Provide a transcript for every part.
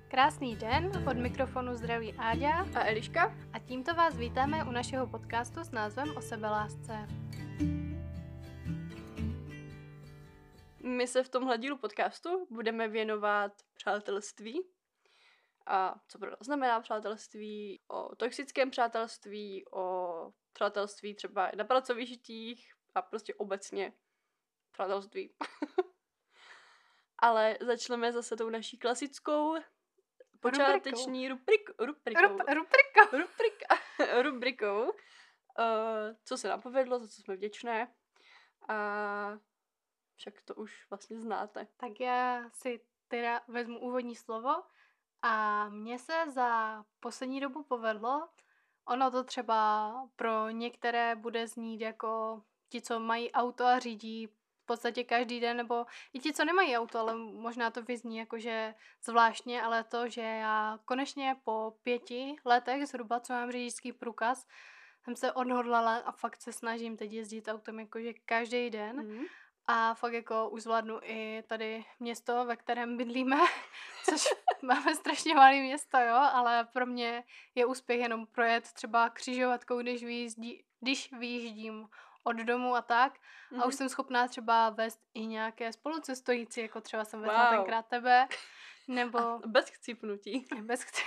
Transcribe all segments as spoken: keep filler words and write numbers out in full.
Krásný den, od mikrofonu zdraví Áďa a Eliška a tímto vás vítáme u našeho podcastu s názvem O sebelásce. My se v tomhle dílu podcastu budeme věnovat přátelství a co pro nás znamená přátelství, o toxickém přátelství, o přátelství třeba na pracovištích a prostě obecně přátelství. Ale začneme zase tou naší klasickou počáteční rubrik, rubrikou. Rup, rubrikou. Rubrika, rubrikou, uh, co se nám povedlo, za co jsme vděčné. A však to už vlastně znáte. Tak já si teda vezmu úvodní slovo a mně se za poslední dobu povedlo, ono to třeba pro některé bude znít jako ti, co mají auto a řídí v podstatě každý den, nebo i ti, co nemají auto, ale možná to vyzní jakože zvláštně, ale to, že já konečně po pěti letech zhruba, co mám řidičský průkaz, jsem se odhodlala a fakt se snažím teď jezdit autem jakože každý den. Mm. A fakt jako už zvládnu i tady město, ve kterém bydlíme, což máme strašně malé město, jo, ale pro mě je úspěch jenom projet třeba křižovatkou, když, vyjízdí, když vyjíždím od domu a tak. Mm-hmm. A už jsem schopná třeba vést i nějaké spolucestující, jako třeba jsem vezla wow. tenkrát tebe, nebo... A bez chcípnutí. Bez chci...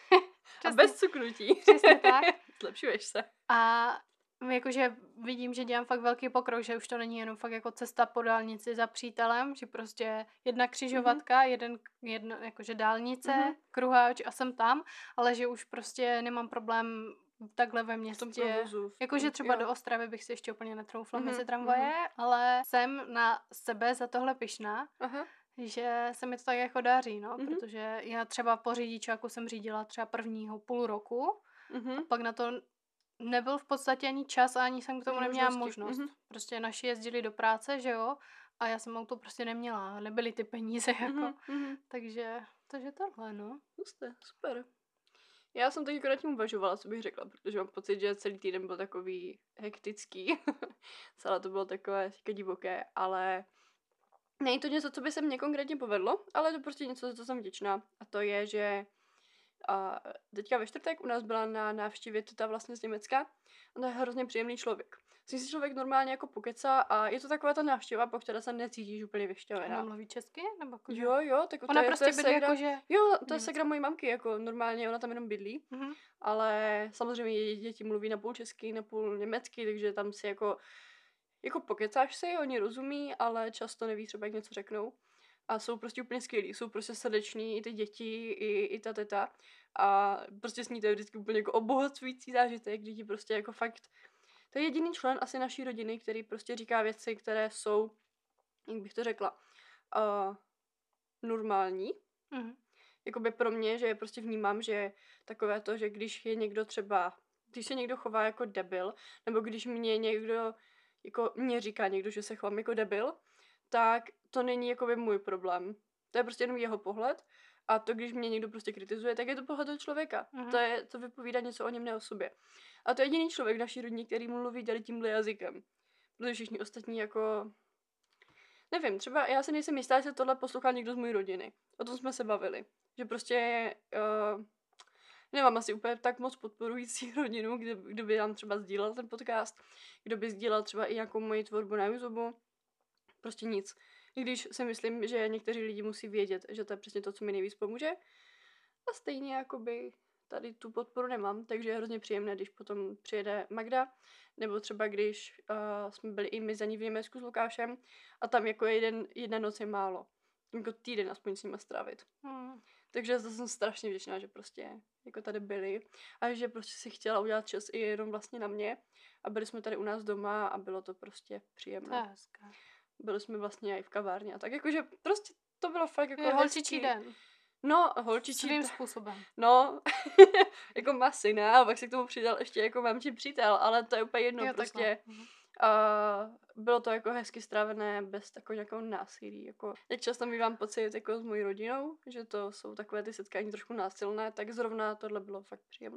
A bez cuknutí. Přesně tak. Zlepšuješ se. A jakože vidím, že dělám fakt velký pokrok, že už to není jenom fakt jako cesta po dálnici za přítelem, že prostě jedna křižovatka, mm-hmm. jeden, jedno, jakože dálnice, mm-hmm. kruháč a jsem tam, ale že už prostě nemám problém takhle ve městě. Jakože třeba jo. do Ostravy bych si ještě úplně netroufla mm-hmm. mezi tramvaje, mm-hmm. ale jsem na sebe za tohle pyšná. Aha. Že se mi to tak jako daří, no, mm-hmm. protože já třeba po řidičáku jsem řídila třeba prvního půl roku mm-hmm. a pak na to nebyl v podstatě ani čas a ani jsem k tomu neměla možnost. Mm-hmm. Prostě naši jezdili do práce, že jo, a já jsem auto prostě neměla, nebyly ty peníze jako, mm-hmm. takže, takže tohle, no. Husté, super. Já jsem taky konečně uvažovala, co bych řekla, protože mám pocit, že celý týden byl takový hektický. Celé to bylo takové divoké, ale není to něco, co by se mně konkrétně povedlo, ale je to prostě něco, za co jsem vděčná. A to je, že a teďka ve čtvrtek u nás byla na návštěvě teta vlastně z Německa. On je hrozně příjemný člověk. Si si člověk normálně jako pokecá a je to taková ta návštěva, po které se necítíš úplně vyšťavená. Ona mluví česky? Nebo jako, jo, jo. Tak ona to je, prostě to je bydlí segra, jako, že... Jo, to je segra mojí mamky, jako normálně, ona tam jenom bydlí. Mm-hmm. Ale samozřejmě její děti mluví na půl česky, na půl německy, takže tam si jako, jako pokecáš si, oni rozumí, ale často neví třeba, jak něco řeknou. A jsou prostě úplně skvělí, jsou prostě srdeční, i ty děti, i, i ta teta. A prostě s ní to je vždycky úplně jako obohacující zážitek, kdy ti prostě jako fakt... To je jediný člen asi naší rodiny, který prostě říká věci, které jsou, jak bych to řekla, uh, normální. Mm. Jakoby pro mě, že je prostě vnímám, že takové to, že když je někdo třeba, když se někdo chová jako debil, nebo když mě někdo, jako mě říká někdo, že se chovám jako debil, tak to není jakoby můj problém. To je prostě jenom jeho pohled. A to, když mě někdo prostě kritizuje, tak je to pohled toho člověka. Uh-huh. To, je, to vypovídá něco o něm, ne o sobě. A to je jediný člověk v naší rodině, který mluví tady tímhle jazykem. Protože všichni ostatní jako... Nevím, třeba já si nejsem jistá, jestli tohle poslouchá někdo z mojí rodiny. O tom jsme se bavili. Že prostě... Uh, nemám asi úplně tak moc podporující rodinu, kdo, kdo by nám třeba sdílel ten podcast, kdo by sdílel třeba i nějakou moji tvorbu na YouTube. Prostě nic. I když si myslím, že někteří lidi musí vědět, že to je přesně to, co mi nejvíc pomůže. A stejně jakoby tady tu podporu nemám, takže je hrozně příjemné, když potom přijede Magda, nebo třeba když uh, jsme byli i my za ní v Německu s Lukášem a tam jako jeden, jedna noc je málo. Jako týden aspoň s nimi strávit. Hmm. Takže to jsem strašně vděčná, že prostě jako tady byli a že prostě si chtěla udělat čas i jenom vlastně na mě a byli jsme tady u nás doma a bylo to prostě příjemné. To je hezké. Byli jsme vlastně i v kavárně a tak, jakože prostě to bylo fakt jako je holčičí den. No, holčičí svým den. Způsobem. No, jako masy, ne? A pak si k tomu přidal ještě jako mamčí přítel, ale to je úplně jedno, jo, prostě. Uh, bylo to jako hezky strávené bez takového nějakého násilí. Jako, jak často mívám pocit jako s mojí rodinou, že to jsou takové ty setkání trošku násilné, tak zrovna tohle bylo fakt příjemné.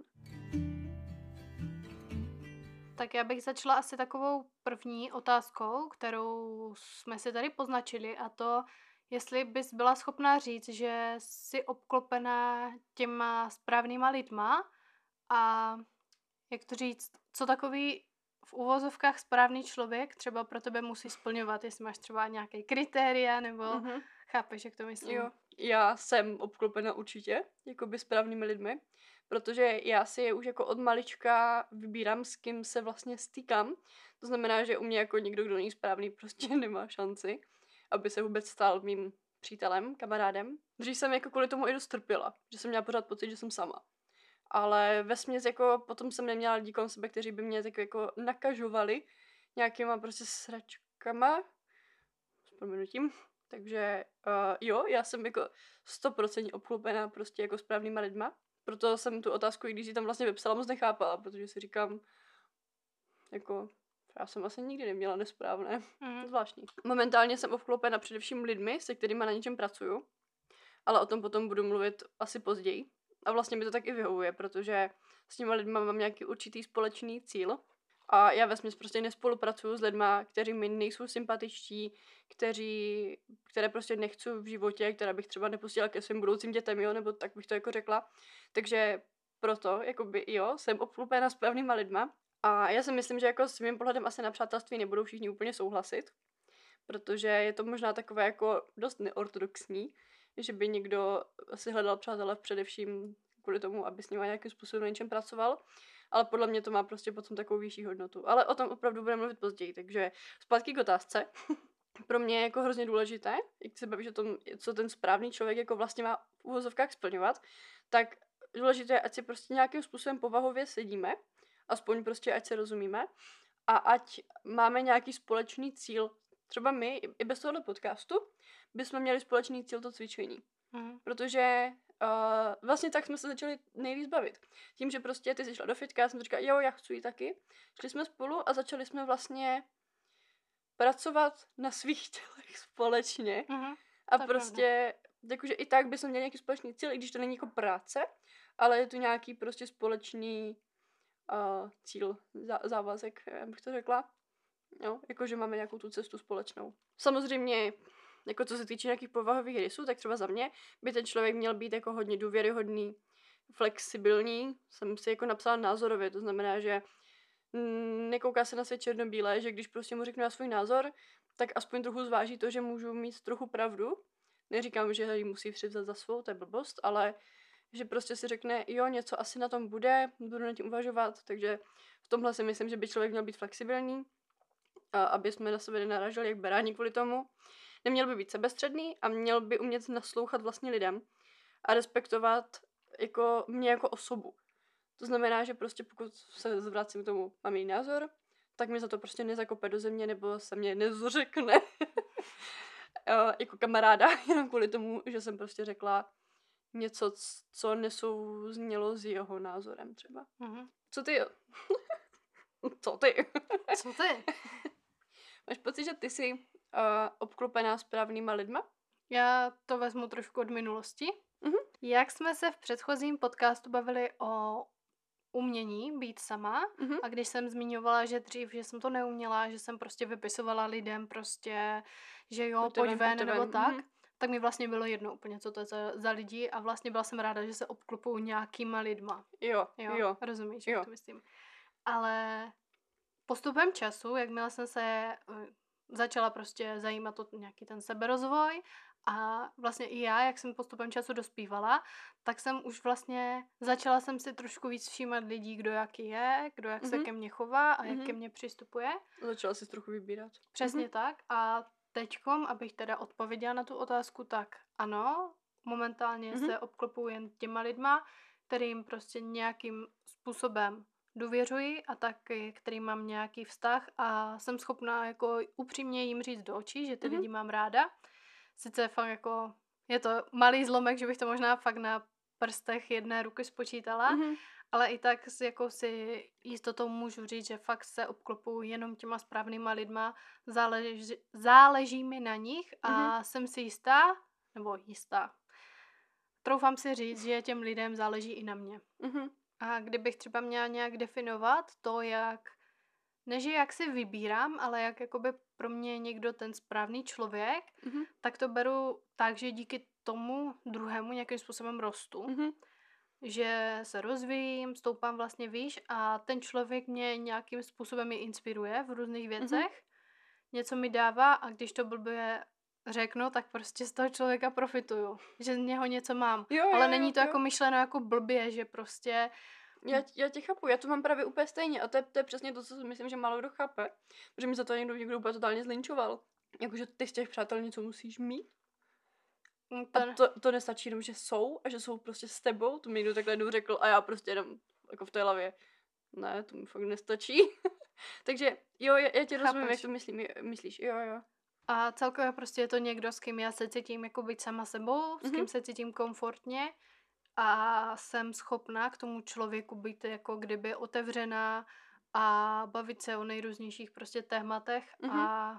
Tak já bych začala asi takovou první otázkou, kterou jsme si tady poznačili, a to, jestli bys byla schopná říct, že jsi obklopená těma správnýma lidma a jak to říct, co takový v uvozovkách správný člověk třeba pro tebe musí splňovat, jestli máš třeba nějaké kritéria, nebo Mhm. chápeš, jak to myslím? Jo, já jsem obklopena určitě, jakoby správnými lidmi, protože já si je už jako od malička vybírám, s kým se vlastně stýkám. To znamená, že u mě jako někdo, kdo není správný, prostě nemá šanci, aby se vůbec stal mým přítelem, kamarádem. Dřív jsem jako kvůli tomu i dost trpěla, že jsem měla pořád pocit, že jsem sama. Ale vesměs jako potom jsem neměla lidi kolem sebe, kteří by mě tak jako nakažovali nějakýma prostě sračkama, s prominutím. Takže uh, jo, já jsem jako sto procent obklopená prostě jako správnýma lidma. Proto jsem tu otázku, i když ji tam vlastně vypsala, moc nechápala, protože si říkám, jako, já jsem asi nikdy neměla nesprávné. Mm. Zvláštní. Momentálně jsem obklopena především lidmi, se kterými na něčem pracuju, ale o tom potom budu mluvit asi později. A vlastně mi to tak i vyhovuje, protože s těma lidma mám nějaký určitý společný cíl. A já vesměs prostě nespolupracuju s lidma, kteří mi nejsou sympatičtí, kteří, které prostě nechci v životě, které bych třeba nepustila ke svým budoucím dětem, jo, nebo tak bych to jako řekla. Takže proto, jakoby jo, jsem obklopena správnýma lidma. A já si myslím, že jako s mým pohledem asi na přátelství nebudou všichni úplně souhlasit, protože je to možná takové jako dost neortodoxní, že by někdo si hledal přátele především kvůli tomu, aby s nimi nějakým způsobem na něčem pracoval, ale podle mě to má prostě potom takovou vyšší hodnotu. Ale o tom opravdu budeme mluvit později, takže zpátky k otázce. Pro mě je jako hrozně důležité, jak se bavíš o tom, co ten správný člověk jako vlastně má v úvozovkách splňovat, tak důležité je, ať si prostě nějakým způsobem povahově sedíme, aspoň prostě ať se rozumíme a ať máme nějaký společný cíl. Třeba my, i bez tohoto podcastu, bychom měli společný cíl to cvičení. Mm. Protože uh, vlastně tak jsme se začali nejvíc bavit. Tím, že prostě ty jsi šla do fitka, já jsem říkala, jo, já chci jít taky. Šli jsme spolu a začali jsme vlastně pracovat na svých tělech společně. Mm. A To je prostě, jakože i tak bychom měli nějaký společný cíl, i když to není jako práce, ale je to nějaký prostě společný uh, cíl, zá, závazek, jak bych to řekla. Jo, jakože máme nějakou tu cestu společnou. Samozřejmě, jako co se týče nějakých povahových rysů, tak třeba za mě by ten člověk měl být jako hodně důvěryhodný, flexibilní. Jsem si jako napsala názorově, to znamená, že nekouká se na svět černobílé, že když prostě mu řeknu já svůj názor, tak aspoň trochu zváží to, že můžu mít trochu pravdu. Neříkám, že ji musí přivzat za svou, to je blbost, ale že prostě si řekne, jo, něco asi na tom bude, budu na tím uvažovat, takže v tomhle si myslím, že by člověk měl být flexibilní, a aby jsme na sebe nenaražili jak beráni kvůli tomu. Neměl by být sebestředný a měl by umět naslouchat vlastně lidem a respektovat jako mě jako osobu. To znamená, že prostě pokud se zvracím k tomu, mám jiný názor, tak mi za to prostě nezakope do země nebo se mě nezořekne jako kamaráda, jenom kvůli tomu, že jsem prostě řekla něco, co nesouznělo s jeho názorem třeba. Mm. Co ty? Co ty? Co ty? Máš pocit, že ty jsi uh, obklopená správnýma lidma? Já to vezmu trošku od minulosti. Mhm. Jak jsme se v předchozím podcastu bavili o umění být sama Mhm. a když jsem zmiňovala, že dřív, že jsem to neuměla, že jsem prostě vypisovala lidem prostě, že jo, Pojďte pojď ven, ven, pojďte nebo ven. tak, Mhm. tak mi vlastně bylo jedno úplně, co to je za, za lidi a vlastně byla jsem ráda, že se obklopuju nějakýma lidma. Jo, Jo, jo. rozumíš, Jo. jak to myslím. Ale postupem času, jakmile jsem se eh, začala prostě zajímat o nějaký ten seberozvoj a vlastně i já, jak jsem postupem času dospívala, tak jsem už vlastně, začala jsem si trošku víc všímat lidí, kdo jaký je, kdo jak se Mhm. ke mně chová a jak Mhm. ke mně přistupuje. Začala jsi trochu vybírat. Přesně Mhm. tak. A teďkom, abych teda odpověděla na tu otázku, tak ano, momentálně Mhm. se obklopuji jen těma lidma, kterým prostě nějakým způsobem důvěřuji a taky, kterým mám nějaký vztah a jsem schopná jako upřímně jim říct do očí, že ty Mhm. lidi mám ráda. Sice fakt jako, je to malý zlomek, že bych to možná fakt na prstech jedné ruky spočítala, Mhm. ale i tak si, jako si jistotou můžu říct, že fakt se obklopuju jenom těma správnýma lidma, záleží, záleží mi na nich a Mhm. jsem si jistá, nebo jistá, troufám si říct, že těm lidem záleží i na mě. Mhm. A kdybych třeba měla nějak definovat to, jak ne, že jak si vybírám, ale jak jakoby pro mě je někdo ten správný člověk, Mhm. tak to beru tak, že díky tomu druhému nějakým způsobem rostu. Mhm. Že se rozvíjím, stoupám vlastně výš a ten člověk mě nějakým způsobem je inspiruje v různých věcech. Něco mi dává a když to blbě řeknu, tak prostě z toho člověka profituju. Že z něho něco mám. Jo, Ale jo, není jo, to jo. jako myšleno jako blbě, že prostě... Já, já tě chápu, já to mám právě úplně stejně a to je, to je přesně to, co si myslím, že málo kdo chápe, protože mi za to někdo, někdo úplně totálně zlinčoval. Jakože ty z těch přátel něco musíš mít. mm, A To, to, to nestačí jenom, že jsou a že jsou prostě s tebou, to mi někdo takhle jednou řekl a já prostě jenom jako v té hlavě. Ne, to mi fakt nestačí. Takže jo, já, já tě rozumím, jak chápeš. to myslím, jo, myslíš, jo, jo. A celkově prostě je to někdo, s kým já se cítím jako být sama sebou, s kým Mhm. se cítím komfortně a jsem schopná k tomu člověku být jako kdyby otevřená a bavit se o nejrůznějších prostě tématech Mhm. a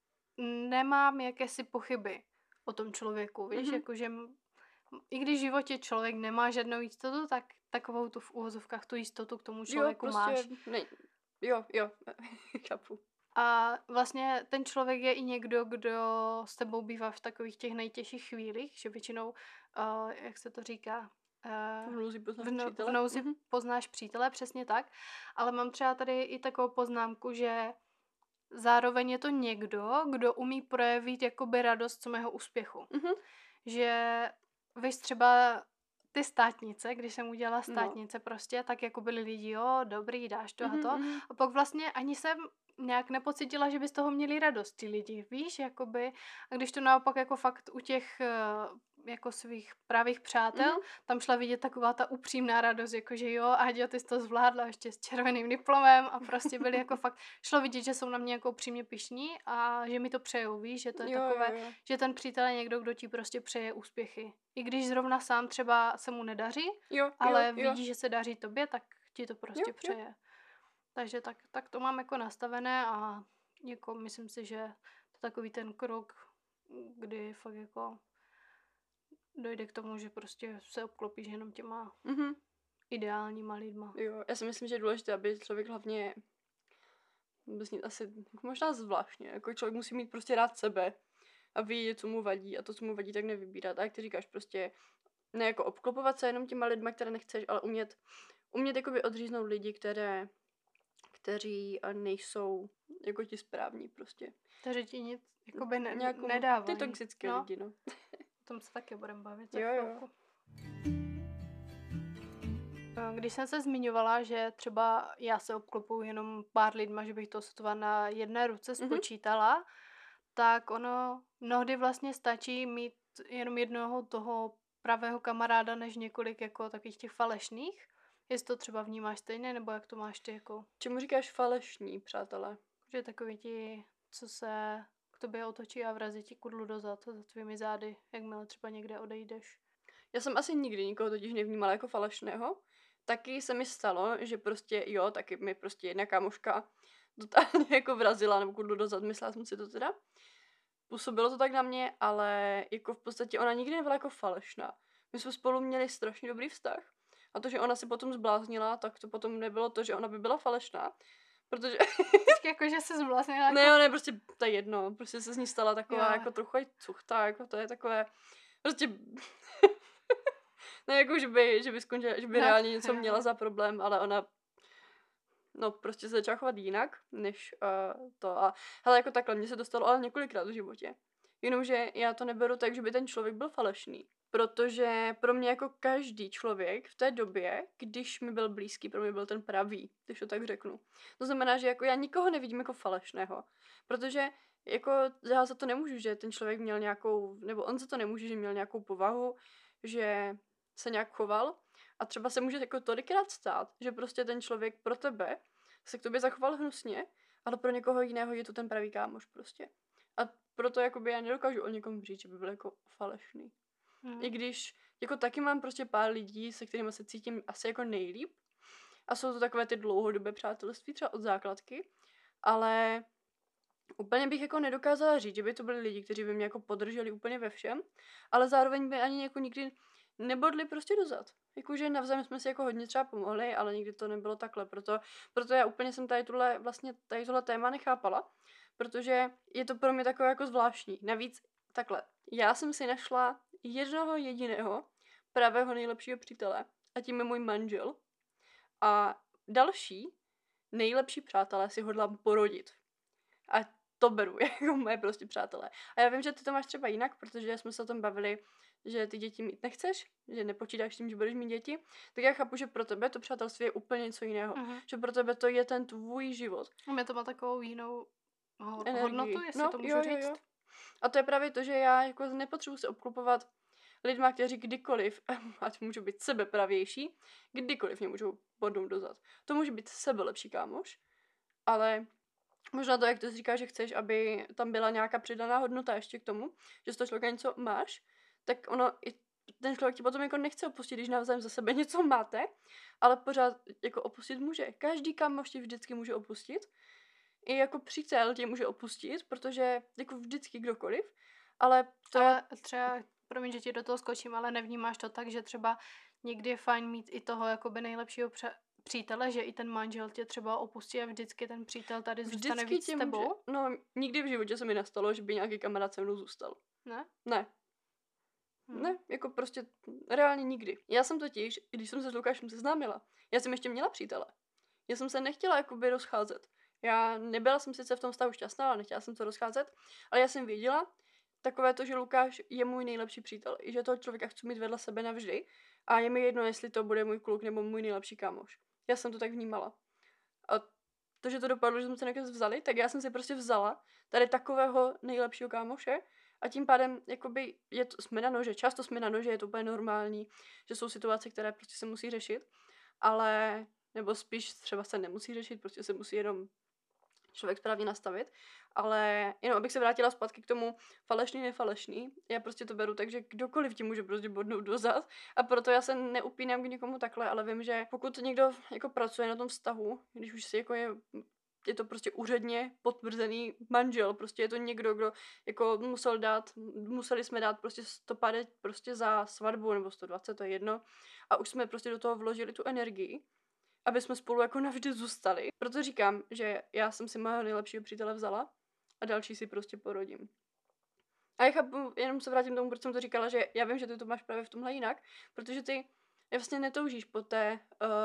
nemám jakési pochyby o tom člověku, víš, Mhm. jakože m- i když v životě člověk nemá žádnou jistotu, tak takovou tu v úvozovkách tu jistotu k tomu Jo, člověku prostě, máš. ne, jo, jo, chápu. A vlastně ten člověk je i někdo, kdo s tebou bývá v takových těch nejtěžších chvílích, že většinou, uh, jak se to říká, V uh, nouzi poznáš v, no, v přítele. nouzi Mhm. poznáš přítele, přesně tak. Ale mám třeba tady i takovou poznámku, že zároveň je to někdo, kdo umí projevit jakoby radost z mého úspěchu. Mhm. Že víš třeba ty státnice, když jsem udělala No. státnice prostě, tak jako byli lidi, jo, dobrý, dáš to a Mhm, to. mhm. A pak vlastně ani jsem nějak nepocítila, že by z toho měli radost ty lidi, víš, jakoby. A když to naopak jako fakt u těch eh, jako svých pravých přátel, Mhm. tam šla vidět taková ta upřímná radost, jako že jo, Aďo, ty jsi to zvládla ještě s červeným diplomem a prostě byli jako fakt, šlo vidět, že jsou na mě jako upřímně pyšní a že mi to přejou, víš, že to je Jo, takové, jo, jo. že ten přítel je někdo, kdo ti prostě přeje úspěchy. I když zrovna sám třeba se mu nedaří, Jo, ale jo, jo. vidí, že se daří tobě, tak ti to prostě Jo, jo. přeje. Takže tak, tak to mám jako nastavené a jako myslím si, že to je takový ten krok, kdy fakt jako dojde k tomu, že prostě se obklopíš jenom těma Mhm. ideálníma lidma. Jo, já si myslím, že je důležité, aby člověk hlavně bude znít asi jako možná zvláštně, jako člověk musí mít prostě rád sebe a vědět, co mu vadí a to, co mu vadí, tak nevybírat. A jak ty říkáš, prostě ne jako obklopovat se jenom těma lidma, které nechceš, ale umět, umět jakoby odříznout lidi, které, kteří a nejsou jako ti správní prostě. Takže ti nic jakoby ne, Nějakou, nedávají. ty toxické no, lidi, no. o tom se taky budeme bavit za Jo, jo. chvilku. Když jsem se zmiňovala, že třeba já se obklopuju jenom pár lidma, že bych to sotva na jedné ruce Mhm. spočítala, tak ono mnohdy vlastně stačí mít jenom jednoho toho pravého kamaráda, než několik jako takových těch falešných. Jestli to třeba vnímáš stejně, nebo jak to máš ty jako, Čemu říkáš falešní, přátelé? že takový ti, co se k tobě otočí a vrazí ti kudlu dozad za tvými zády, jakmile třeba někde odejdeš. Já jsem asi nikdy nikoho totiž nevnímala jako falešného. Taky se mi stalo, že prostě jo, taky mi prostě jedna kámoška totálně jako vrazila nebo kudlu dozad, myslela jsem si to teda. Působilo to tak na mě, ale jako v podstatě ona nikdy nebyla jako falešná. My jsme spolu měli strašně dobrý vztah. A to, že ona se potom zbláznila, tak to potom nebylo to, že ona by byla falešná. Protože... Teď jako, že se zbláznila jako... Ne, jo, ne, prostě to je jedno. Prostě se z ní stala taková Jo. jako trochu cuchta, jako to je takové... Prostě... ne, jako, že by, že by skončila, že by No, reálně něco jo. měla za problém, ale ona... No, prostě se začala chovat jinak, než uh, to. A hele, jako takhle, mně se to stalo ale několikrát v životě. Jenomže já to neberu tak, že by ten člověk byl falešný. Protože pro mě jako každý člověk v té době, když mi byl blízký, pro mě byl ten pravý, když to tak řeknu. To znamená, že jako já nikoho nevidím jako falešného. Protože jako já za to nemůžu, že ten člověk měl nějakou, nebo on za to nemůže, že měl nějakou povahu, že se nějak choval. A třeba se může jako tolikrát stát, že prostě ten člověk pro tebe se k tobě zachoval hnusně, ale pro někoho jiného je to ten pravý kámoš prostě. A proto jakoby já nedokážu o někom říct, že by byl jako falešný. Hmm. I když jako taky mám prostě pár lidí, se kterými se cítím asi jako nejlíp. A jsou to takové ty dlouhodobé přátelství, třeba od základky. Ale úplně bych jako nedokázala říct, že by to byli lidi, kteří by mě jako podrželi úplně ve všem. Ale zároveň by ani jako nikdy nebodli prostě dozad. Jakože navzájem jsme si jako hodně třeba pomohli, ale nikdy to nebylo takhle. Proto, proto já úplně jsem tady tuhle, vlastně tady tohle téma nechápala, protože je to pro mě takové jako zvláštní. Navíc takhle, já jsem si našla jednoho jediného pravého nejlepšího přítele a tím je můj manžel. A další nejlepší přátelé si hodlám porodit. A to beru jako moje prostě přátelé. A já vím, že ty to máš třeba jinak, protože jsme se o tom bavili, že ty děti mít nechceš, že nepočítáš s tím, že budeš mít děti, tak já chápu, že pro tebe to přátelství je úplně něco jiného. Mhm. Že pro tebe to je ten tvůj život. A mě to má takovou jinou ho- Energii. hodnotu, jestli No, to můžu jo, jo, říct. jo. A to je právě to, že já jako nepotřebuji se obklopovat lidma, kteří kdykoliv, ať můžu být sebepravější, kdykoliv mě můžou bodnout dozad. To může být sebelepší kámoš, ale možná to, jak to říkáš, že chceš, aby tam byla nějaká přidaná hodnota ještě k tomu, že z toho člověka něco máš, tak ono i ten člověk ti potom jako nechce opustit, když navzájem za sebe něco máte, ale pořád jako opustit může. Každý kámoš tě vždycky může opustit. I jako přítel tě může opustit, protože jako vždycky kdokoliv, ale to Ale třeba, promiň, že ti do toho skočím, ale nevnímáš to tak, že třeba někdy je fajn mít i toho jakoby nejlepšího pře- přítele, že i ten manžel tě třeba opustí a vždycky ten přítel tady zůstane vždycky víc tě s tebou? může... No, nikdy v životě se mi nestalo, že by nějaký kamarád se mnou zůstal. Ne? Ne. Hmm. Ne, jako prostě reálně nikdy. Já jsem totiž, když jsem se s Lukášem seznámila, já jsem ještě měla přítele. Já jsem se nechtěla jakoby rozcházet. Já nebyla jsem sice v tom stavu šťastná, ale nechtěla jsem se rozcházet, ale já jsem věděla takové to, že Lukáš je můj nejlepší přítel. I že toho člověka chci mít vedle sebe navždy a je mi jedno, jestli to bude můj kluk nebo můj nejlepší kámoš. Já jsem to tak vnímala. A to, že to dopadlo, že jsme se nakonec vzali, tak já jsem si prostě vzala tady takového nejlepšího kámoše a tím pádem jakoby je to, jsme na nože, často jsme na nože, je to úplně normální, že jsou situace, které prostě se musí řešit, ale nebo spíš třeba se nemusí řešit, prostě se musí jenom člověk správně nastavit, ale jenom abych se vrátila zpátky k tomu falešný, nefalešný, já prostě to beru tak, že kdokoliv ti může prostě bodnout dozad a proto já se neupínám k někomu takhle, ale vím, že pokud někdo jako pracuje na tom vztahu, když už si jako je je to prostě úředně potvrzený manžel, prostě je to někdo, kdo jako musel dát, museli jsme dát prostě sto padesát prostě za svatbu, nebo sto dvacet, to je jedno, a už jsme prostě do toho vložili tu energii, aby jsme spolu jako navždy zůstali. Proto říkám, že já jsem si mého nejlepšího přítele vzala a další si prostě porodím. A já chápu, jenom se vrátím k tomu, proč jsem to říkala, že já vím, že ty to máš právě v tomhle jinak, protože ty vlastně netoužíš po té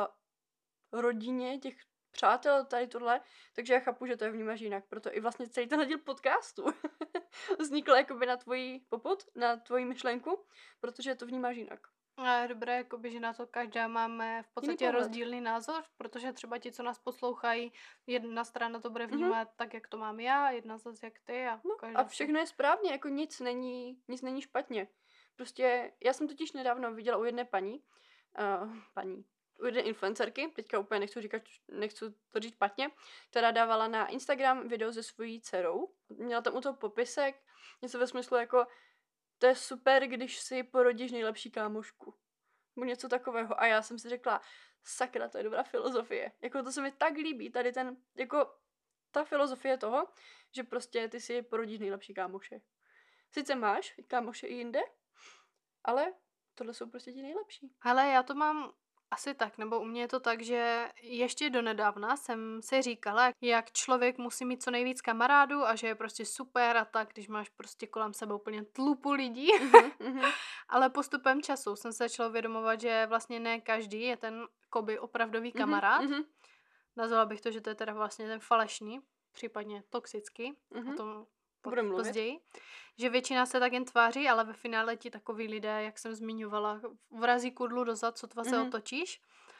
uh, rodině těch přátel, tady tohle, takže já chápu, že to je vnímáš jinak. Proto i vlastně celý ten díl podcastu vznikl jakoby na tvoji popud, na tvoji myšlenku, protože to vnímáš jinak. A je dobré, jakoby, že na to každá máme v podstatě rozdílný názor, protože třeba ti, co nás poslouchají, jedna strana to bude vnímat mm-hmm. tak, jak to mám já, jedna zase jak ty. A, no, a všechno je správně, jako nic není, nic není špatně. Prostě já jsem totiž nedávno viděla u jedné paní, uh, paní, u jedné influencerky, teďka úplně nechci říkat, nechci to říct špatně, která dávala na Instagram video se svojí dcerou. Měla tam u toho popisek, něco ve smyslu jako to je super, když si porodíš nejlepší kámošku. Nebo něco takového. A já jsem si řekla, sakra, to je dobrá filozofie. Jako to se mi tak líbí, tady ten, jako ta filozofie toho, že prostě ty si porodíš nejlepší kámoše. Sice máš kámoše i jinde, ale tohle jsou prostě ti nejlepší. Hele, já to mám asi tak, nebo u mě je to tak, že ještě donedávna jsem si říkala, jak člověk musí mít co nejvíc kamarádů a že je prostě super a tak, když máš prostě kolem sebe úplně tlupu lidí. Mm-hmm. Ale postupem času jsem se začala uvědomovat, že vlastně ne každý je ten koby opravdový kamarád. Mm-hmm. Nazvala bych to, že to je teda vlastně ten falešný, případně toxický. Mm-hmm. O tom Budeme později. Že většina se tak jen tváří, ale ve finále ti takový lidé, jak jsem zmiňovala, vrazí kudlu dozad, sotva se mm-hmm. otočíš.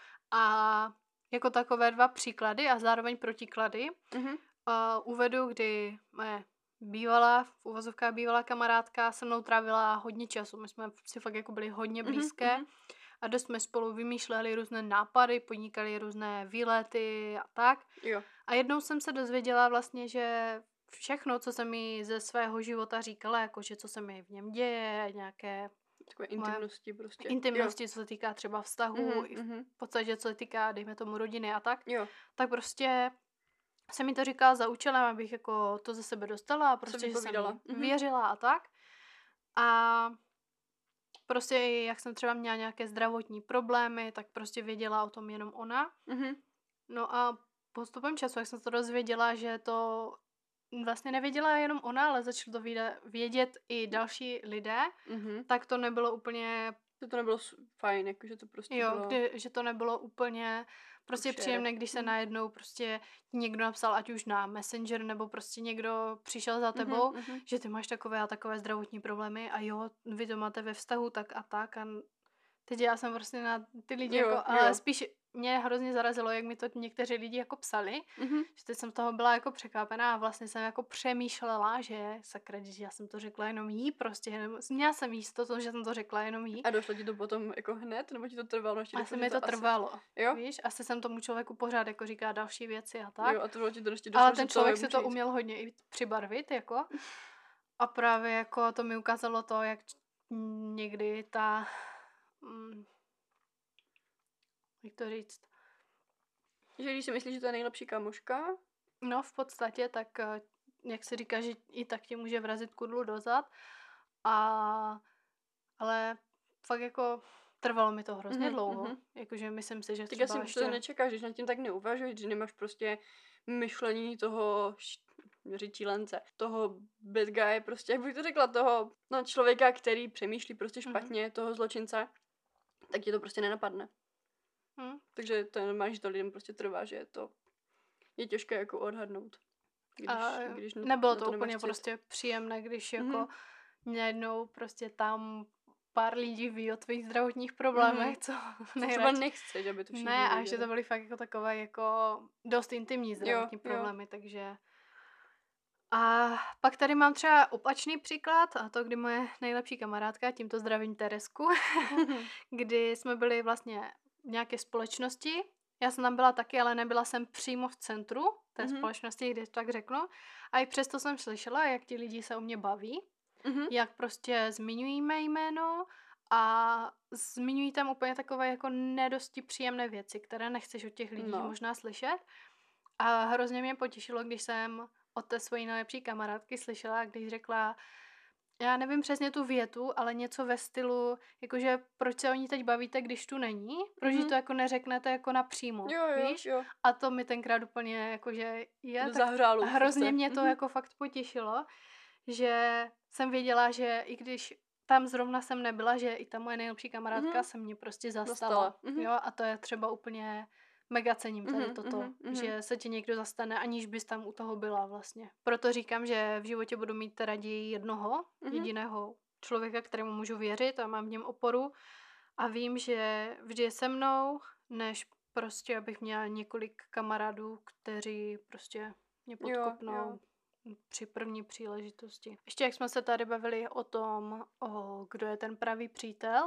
A jako takové dva příklady a zároveň protiklady mm-hmm. uh, uvedu, kdy moje bývalá, v uvozovkách bývalá kamarádka se mnou trávila hodně času. My jsme si fakt jako byli hodně blízké mm-hmm. a dost jsme spolu vymýšleli různé nápady, podnikali různé výlety a tak. Jo. A jednou jsem se dozvěděla vlastně, že všechno, co se mi ze svého života říkala, jakože co se mi v něm děje, nějaké takové intimnosti prostě. Intimnosti, jo. Co se týká třeba vztahu, mm-hmm, i v podstatě, co se týká, dejme tomu, rodiny a tak, jo. tak prostě se mi to říkala za účelem, abych jako to ze sebe dostala a prostě, že jsem mm-hmm. věřila a tak. A prostě jak jsem třeba měla nějaké zdravotní problémy, tak prostě věděla o tom jenom ona. Mhm. No a postupem času, jak jsem to dozvěděla, že to vlastně nevěděla jenom ona, ale začalo to vědět, vědět i další lidé, Mhm. tak to nebylo úplně, To to nebylo s- fajn, jakože to prostě jo, bylo... kdy, že to nebylo úplně prostě Košer. příjemné, když se Mhm. najednou prostě ti někdo napsal, ať už na Messenger, nebo prostě někdo přišel za tebou, Mhm, mhm. že ty máš takové a takové zdravotní problémy a jo, vy to máte ve vztahu tak a tak a teď já jsem prostě na ty lidi Jo, jako, ale jo. spíš mě hrozně zarazilo, jak mi to někteří lidi jako psali, Mhm. že teď jsem z toho byla jako překvapená a vlastně jsem jako přemýšlela, že sakra, že já jsem to řekla jenom jí prostě, jenom, měla jsem jistotu, že jsem to řekla jenom jí. A došlo ti to potom jako hned, nebo ti to trvalo? Ještě Asi mi to trvalo, asi... Jo? víš, asi jsem tomu člověku pořád jako říká další věci a tak. Jo, a trvalo ti to, než ti došlo, Ale že ten to člověk si může to jít. uměl hodně i přibarvit, jako. A právě jako to mi ukázalo to, jak někdy ta, mm, jak to říct, Že když si myslíš, že to je nejlepší kamoška, no v podstatě, tak eh, jak se říká, že i tak ti může vrazit kudlu dozad. A, ale fakt jako trvalo mi to hrozně Mhm, dlouho. mhm. Jakože myslím si, že tak třeba asi ještě... to nečekáš, když nad tím tak neuvažuješ, že nemáš prostě myšlení toho řičílence, toho bad guy, prostě, jak bych to řekla, toho no, člověka, který přemýšlí prostě špatně, mm-hmm. toho zločince, tak ti to prostě nenapadne. Hmm. Takže to je normální, že to lidem prostě trvá, že je to je těžké jako odhadnout. Když, A když nebylo to, to úplně cit. prostě příjemné, když Mhm. jako najednou prostě tam pár lidí ví o tvých zdravotních problémech, co Co třeba nechceš, aby to všichni Ne, a věděli. že to byly fakt jako takové jako dost intimní zdravotní Jo, problémy, jo. takže... A pak tady mám třeba opačný příklad, a to kdy moje nejlepší kamarádka, tímto zdravím Teresku, kdy jsme byli vlastně v nějaké společnosti. Já jsem tam byla taky, ale nebyla jsem přímo v centru té Mhm. společnosti, když to tak řeknu. A i přesto jsem slyšela, jak ti lidi se o mě baví, Mhm. jak prostě zmiňují mé jméno a zmiňují tam úplně takové jako nedosti příjemné věci, které nechceš od těch lidí No. možná slyšet. A hrozně mě potěšilo, když jsem od té svojí nejlepší kamarádky slyšela, když řekla, já nevím přesně tu větu, ale něco ve stylu, jakože proč se o ní teď bavíte, když tu není? Proč jí Mhm. to jako neřeknete jako napřímo, Jo, jo, víš? jo. A to mi tenkrát úplně jakože je, tak Zahrálo hrozně srdce. mě to Mhm. jako fakt potěšilo, že jsem věděla, že i když tam zrovna jsem nebyla, že i ta moje nejlepší kamarádka Mhm. se mě prostě zastala. Zastala. Mhm. Jo, a to je třeba úplně mega cením tady Mhm, toto, mhm, mhm. že se ti někdo zastane, aniž bys tam u toho byla vlastně. Proto říkám, že v životě budu mít raději jednoho, Mhm. jediného člověka, kterému můžu věřit a mám v něm oporu a vím, že vždy je se mnou, než prostě abych měla několik kamarádů, kteří prostě mě Jo, podkopnou jo. při první příležitosti. Ještě jak jsme se tady bavili o tom, o, kdo je ten pravý přítel,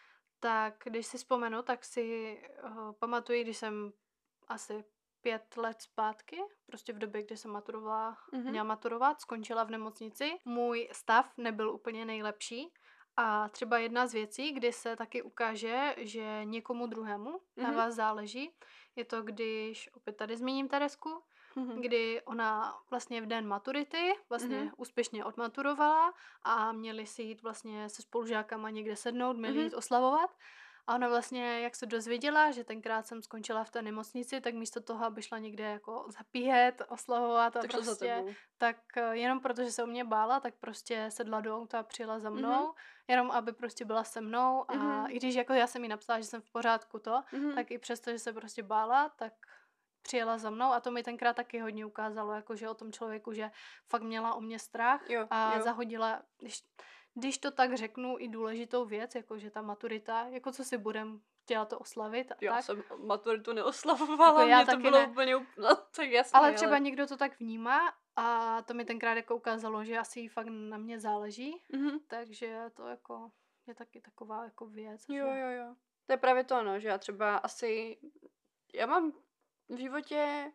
tak když si vzpomenu, tak si uh, pamatuji, když jsem asi pět let zpátky, prostě v době, kdy jsem maturovala, Mhm. měla maturovat, skončila v nemocnici. Můj stav nebyl úplně nejlepší a třeba jedna z věcí, kdy se taky ukáže, že někomu druhému na Mhm. vás záleží, je to, když, opět tady zmíním Teresku, Mhm. kdy ona vlastně v den maturity vlastně Mhm. úspěšně odmaturovala a měli si jít vlastně se spolužákama někde sednout, měli Mhm. jít oslavovat. A ona vlastně, jak se dozvěděla, že tenkrát jsem skončila v té nemocnici, tak místo toho, aby šla někde jako zapíjet, oslavovat a Tak šla za prostě, tebou. tak eh, jenom protože se o mě bála, tak prostě sedla do auta a přijela za mnou, Mhm. jenom aby prostě byla se mnou a Mhm. i když jako já jsem jí napsala, že jsem v pořádku to, Mhm. tak i přesto, že se prostě bála, tak přijela za mnou a to mi tenkrát taky hodně ukázalo, jakože o tom člověku, že fakt měla o mě strach Jo, a jo. zahodila, když, když to tak řeknu, i důležitou věc, jakože ta maturita, jako co si budem, chtěla to oslavit a Já tak. jsem maturitu neoslavovala, Jako já mě to taky bylo ne. úplně, up- no tak jasně, Ale třeba někdo to tak vnímá a to mi tenkrát jako ukázalo, že asi jí fakt na mě záleží, Mhm. takže to jako je taky taková jako věc. Jo, že... jo, jo. To je právě to, no, že já třeba asi, já mám v životě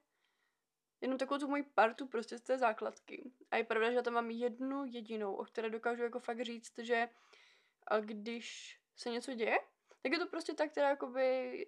jenom takovou tu moji partu prostě z té základky. A je pravda, že já tam mám jednu jedinou, o které dokážu jako fakt říct, že a když se něco děje, tak je to prostě ta, která jakoby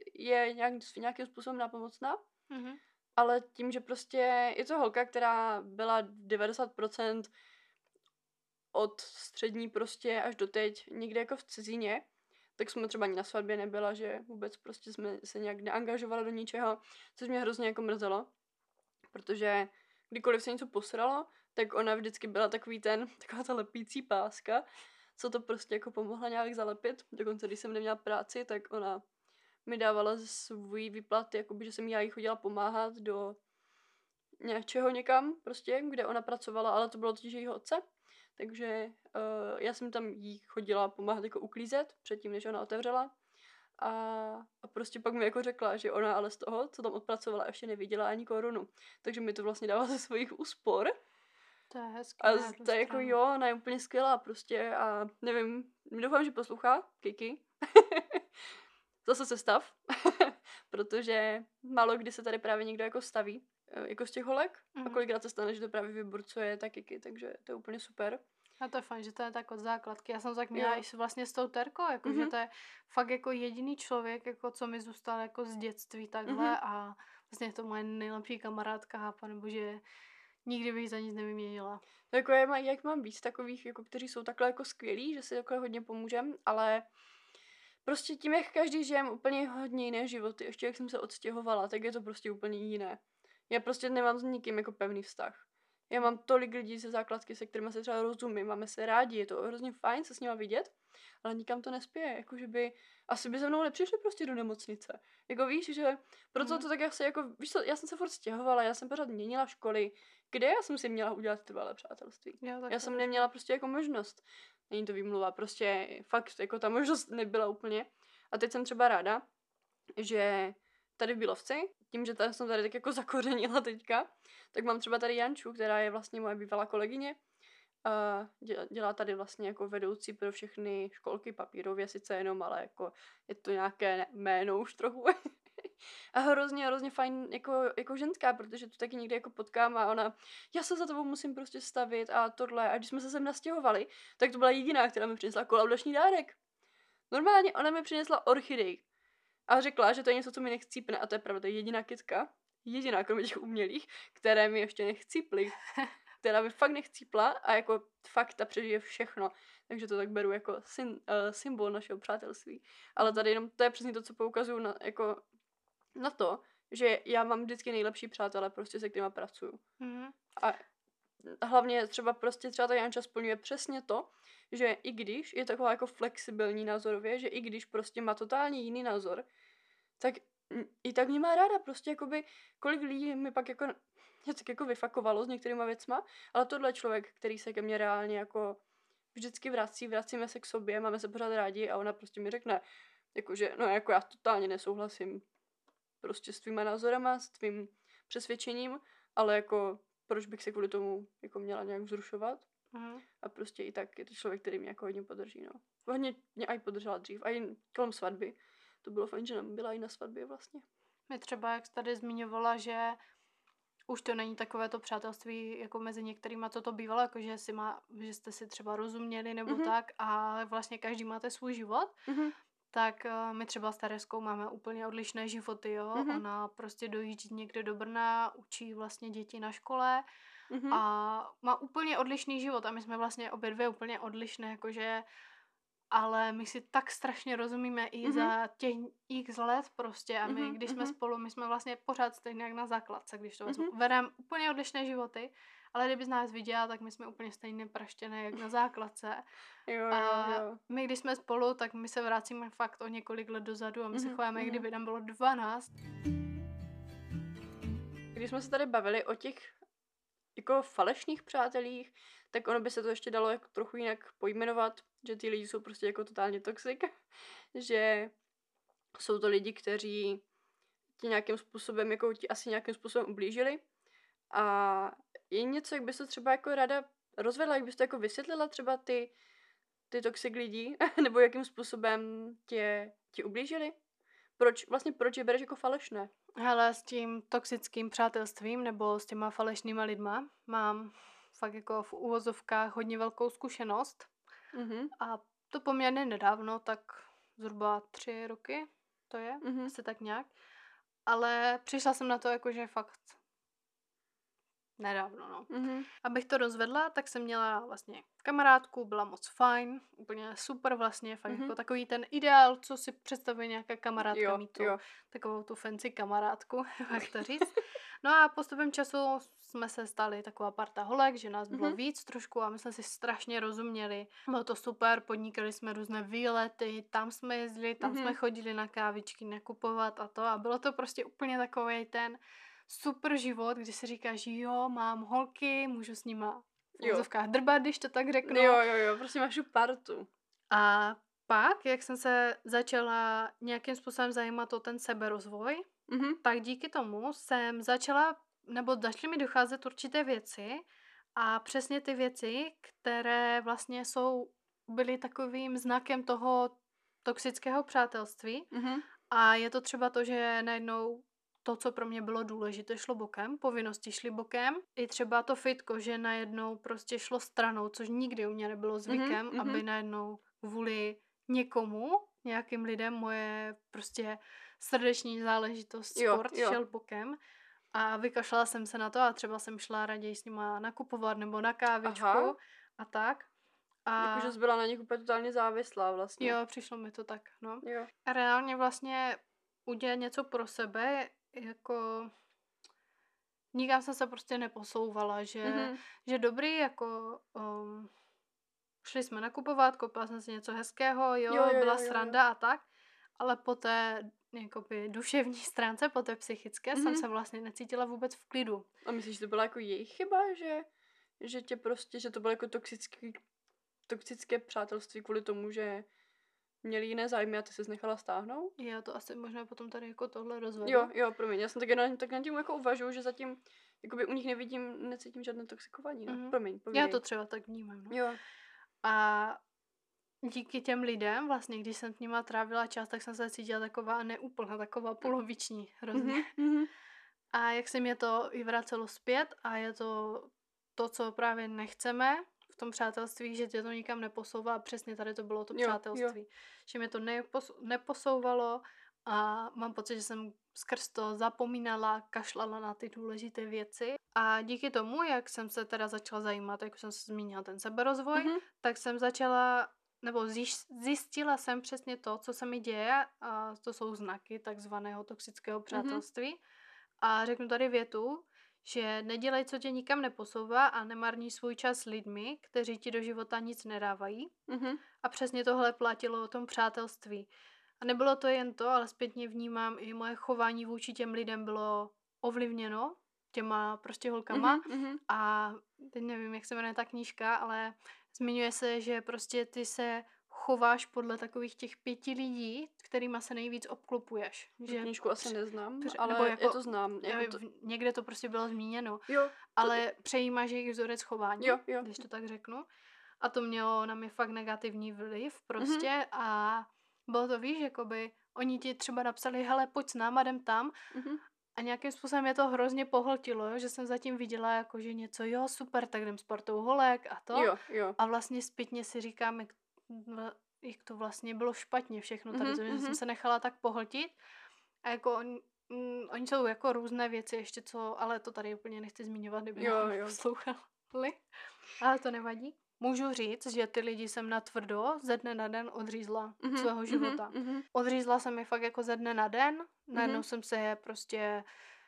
je nějak, nějakým způsobem nápomocná. Mhm. Ale tím, že prostě je to holka, která byla devadesát procent od střední prostě až do teď někde jako v cizině, tak jsme třeba ani na svatbě nebyla, že vůbec prostě jsme se nějak neangažovali do ničeho, což mě hrozně jako mrzelo, protože kdykoliv se něco posralo, tak ona vždycky byla takový ten, taková ta lepící páska, co to prostě jako pomohla nějak zalepit. Dokonce, když jsem neměla práci, tak ona mi dávala svůj výplat, jakoby, že jsem já jí chodila pomáhat do něčeho někam, prostě, kde ona pracovala, ale to bylo totiž jejího otce. Takže uh, já jsem tam jí chodila pomáhat jako uklízet, předtím, než ona otevřela. A, a prostě pak mi jako řekla, že ona ale z toho, co tam odpracovala, ještě neviděla ani korunu. Takže mi to vlastně dává ze svých úspor. To je hezké. A to je jako jo, ona je úplně skvělá prostě a nevím, doufám, že poslouchá, Kiki. Zase se stav, protože málo kdy se tady právě někdo jako staví, jako z těch holek. Mm. A kolikrát se stane, že to právě vyburcuje ta Kiki, takže to je úplně super. A to je fajn, že to je tak od základky. Já jsem tak měla i vlastně s tou Terkou, jako, mm-hmm. že to je fakt jako jediný člověk, jako, co mi zůstal jako z dětství takhle mm-hmm. a vlastně je to moje nejlepší kamarádka, chápa, nebo že nikdy bych za nic nevyměnila. To jako je, jak mám víc takových, jako, kteří jsou takhle jako skvělí, že si takhle hodně pomůžem, ale prostě tím, jak každý žijem úplně hodně jiné životy, ještě jak jsem se odstěhovala, tak je to prostě úplně jiné. Já prostě nemám s nikým jako pevný vztah. Já mám tolik lidí ze základky, se kterými se třeba rozumím, máme se rádi, je to hrozně fajn se s nima vidět, ale nikam to nespěje, jakože by, asi by za mnou nepřišli prostě do nemocnice. Jako víš, že proto mm. to tak asi jako, víš co, já jsem se furt stěhovala, já jsem pořád měnila školy, kde já jsem si měla udělat trvalé přátelství. Jo, já jsem neměla prostě jako možnost. Není to výmluva, prostě fakt jako ta možnost nebyla úplně. A teď jsem třeba ráda, že tady v Bílovci, tím, že tady jsem tady tak jako zakořenila teďka, tak mám třeba tady Janču, která je vlastně moje bývalá kolegyně. A dělá tady vlastně jako vedoucí pro všechny školky papírově, sice jenom, ale jako je to nějaké jméno už trochu. A hrozně, hrozně fajn jako, jako ženská, protože tu taky někde jako potkám a ona, já se za tebou musím prostě stavit a tohle. A když jsme se sem nastěhovali, tak to byla jediná, která mi přinesla kolaudační dárek. Normálně ona mi přinesla orchidej. A řekla, že to je něco, co mi nechcípne, a to je pravda, to je jediná kytka, jediná kromě těch umělých, které mi ještě nechcíply, která mi fakt nechcípla a jako fakt ta přežije všechno. Takže to tak beru jako syn, uh, symbol našeho přátelství. Ale tady jenom to je přesně to, co poukazuju na, jako, na to, že já mám vždycky nejlepší přátelé, prostě se kterýma pracuju. Mm-hmm. A hlavně třeba prostě třeba ta Janča splňuje přesně to, že i když je taková jako flexibilní názorově, že i když prostě má totálně jiný názor, tak i tak mě má ráda, prostě jakoby, kolik lidí mi pak jako, mě tak jako vyfakovalo s některýma věcma, ale tohle je člověk, který se ke mně reálně jako vždycky vrací, vracíme se k sobě, máme se pořád rádi a ona prostě mi řekne, jakože, no jako já totálně nesouhlasím prostě s tvýma názorama, s tvým přesvědčením, ale jako proč bych se kvůli tomu jako měla nějak vzrušovat. Uh-huh. A prostě i tak je to člověk, který mě jako hodně podrží, no. Hodně mě aj podržela dřív, a i kolem svatby. To bylo fajn, že nám byla i na svatbě vlastně. Mě třeba, jak jsi tady zmiňovala, že už to není takové to přátelství jako mezi některýma, co to bývalo, jako že, si má, že jste si třeba rozuměli nebo uh-huh. tak a vlastně každý máte svůj život, uh-huh. tak uh, my třeba s Tereskou máme úplně odlišné životy, jo. Uh-huh. Ona prostě dojíždí někde do Brna, učí vlastně děti na škole, mm-hmm. a má úplně odlišný život a my jsme vlastně obě dvě úplně odlišné, jakože, ale my si tak strašně rozumíme i mm-hmm. za těch x let prostě a my, mm-hmm. když jsme mm-hmm. spolu, my jsme vlastně pořád stejně jak na základce, když to vezmu. Mm-hmm. Vedeme úplně odlišné životy, ale kdyby z nás viděla, tak my jsme úplně stejně praštěné jak na základce. Jo, a jo, jo. my, když jsme spolu, tak my se vracíme fakt o několik let dozadu a my mm-hmm. se chováme, mm-hmm. kdyby nám bylo dvanáct. Když jsme se tady bavili o těch jako falešných přátelích, tak ono by se to ještě dalo jako trochu jinak pojmenovat, že ty lidi jsou prostě jako totálně toxic, že jsou to lidi, kteří ti nějakým způsobem, jako ti asi nějakým způsobem ublížili a je něco, jak bys to třeba jako ráda rozvedla, jak bys to jako vysvětlila třeba ty, ty toxic lidi, nebo jakým způsobem tě, tě ublížili? Proč, vlastně proč je bereš jako falešné? Hele, s tím toxickým přátelstvím nebo s těma falešnýma lidma mám fakt jako v uvozovkách hodně velkou zkušenost. Mm-hmm. A to poměrně nedávno, tak zhruba tři roky to je, mm-hmm. asi tak nějak. Ale přišla jsem na to jako, že fakt nedávno, no. Mhm. Abych to rozvedla, tak jsem měla vlastně kamarádku, byla moc fajn, úplně super vlastně, fakt Mhm. jako takový ten ideál, co si představuje nějaká kamarádka, Jo, mít tu, jo. takovou tu fancy kamarádku, jak to říct. No a postupem času jsme se stali taková parta holek, že nás bylo Mhm. víc trošku a my jsme si strašně rozuměli. Bylo to super, podnikali jsme různé výlety, tam jsme jezdili, tam jsme Mhm. chodili na kávičky nakupovat a to a bylo to prostě úplně takový ten super život, kdy si říkáš, jo, mám holky, můžu s nima v Jo. úzovkách drbat, když to tak řeknu. Jo, jo, jo, prostě máš tu partu. A pak, jak jsem se začala nějakým způsobem zajímat o ten seberozvoj, Mhm. tak díky tomu jsem začala, nebo začaly mi docházet určité věci a přesně ty věci, které vlastně jsou, byly takovým znakem toho toxického přátelství. Mhm. A je to třeba to, že najednou to, co pro mě bylo důležité, šlo bokem, povinnosti šly bokem. I třeba to fitko, že najednou prostě šlo stranou, což nikdy u mě nebylo zvykem, mhm. aby najednou kvůli někomu, nějakým lidem, moje prostě srdeční záležitost, Jo, sport jo. šel bokem. A vykašlala jsem se na to a třeba jsem šla raději s nima nakupovat nebo na kávičku Aha. a tak. A Jakože jsi byla na nich úplně totálně závislá vlastně. jo, přišlo mi to tak, no. Jo. A reálně vlastně udělat něco pro sebe, jako nikam jsem se prostě neposouvala, že, Mhm. že dobrý, jako um, šli jsme nakupovat, koupila jsem si něco hezkého, jo, Jo, jo, byla jo, jo, jo. sranda a tak, ale po té jakoby duševní stránce, po té psychické, jsem Mhm. se vlastně necítila vůbec v klidu. A myslíš, že to byla jako jejich chyba, že, že tě prostě, že to bylo jako toxický, toxické přátelství kvůli tomu, že měli jiné zájmy a ty se nechala stáhnout? Já to asi možná potom tady jako tohle rozvedu. Jo, jo, promiň, já jsem tak na, tak na tím jako uvažuji, že zatím jakoby u nich nevidím, necítím žádné toxikování, no. Mhm. Promiň, Já povídej. to třeba tak vnímám, no. Jo. A díky těm lidem, vlastně, když jsem s nima trávila čas, tak jsem se cítila taková neúplná, taková poloviční hrozně. Mhm, mhm. A jak se mě to i vracelo zpět a je to to, co právě nechceme v tom přátelství, že tě to nikam neposouvá. Přesně tady to bylo to Jo, přátelství. Že mě to nepos- neposouvalo a mám pocit, že jsem skrz to zapomínala, kašlala na ty důležité věci. A díky tomu, jak jsem se teda začala zajímat, jak už jsem se zmínila ten seberozvoj, Mhm. tak jsem začala, nebo zjiš- zjistila jsem přesně to, co se mi děje, a to jsou znaky takzvaného toxického přátelství. A řeknu tady větu, že nedělej, co tě nikam neposouvá a nemarní svůj čas s lidmi, kteří ti do života nic nedávají. Mhm. A přesně tohle platilo o tom přátelství. A nebylo to jen to, ale zpětně vnímám, i moje chování vůči těm lidem bylo ovlivněno těma prostě holkama. Mhm, mhm. A teď nevím, jak se jmenuje ta knížka, ale zmiňuje se, že prostě ty se chováš podle takových těch pěti lidí, kterýma se nejvíc obklopuješ. Tu Že knížku asi při- neznám, při- ale nebo jako- já to znám. Jako to... v- někde to prostě bylo zmíněno. Jo, Ale přejímáš jejich vzorec chování, jo, jo. když to tak řeknu. A to mělo na mě fakt negativní vliv prostě a bylo to, víš, jakoby oni ti třeba napsali, hele, pojď s náma, jdem tam Mhm. a nějakým způsobem mě to hrozně pohltilo, jo, že jsem zatím viděla jakože něco, jo, super, tak jdem s partou holek a to. Jo, jo. A vlastně zpětně si říkám, jak, vla- jak to vlastně bylo špatně všechno tady, Mhm, to, že mhm. jsem se nechala tak pohltit. A jako on, mm, oni jsou jako různé věci ještě, co, ale to tady úplně nechci zmiňovat, kdyby Jo, náhodou jo. poslouchali. Ale to nevadí. Můžu říct, že ty lidi jsem natvrdo ze dne na den odřízla Mhm, svého mhm, života. mhm. Odřízla jsem je fakt jako ze dne na den. Najednou Mhm. jsem se je prostě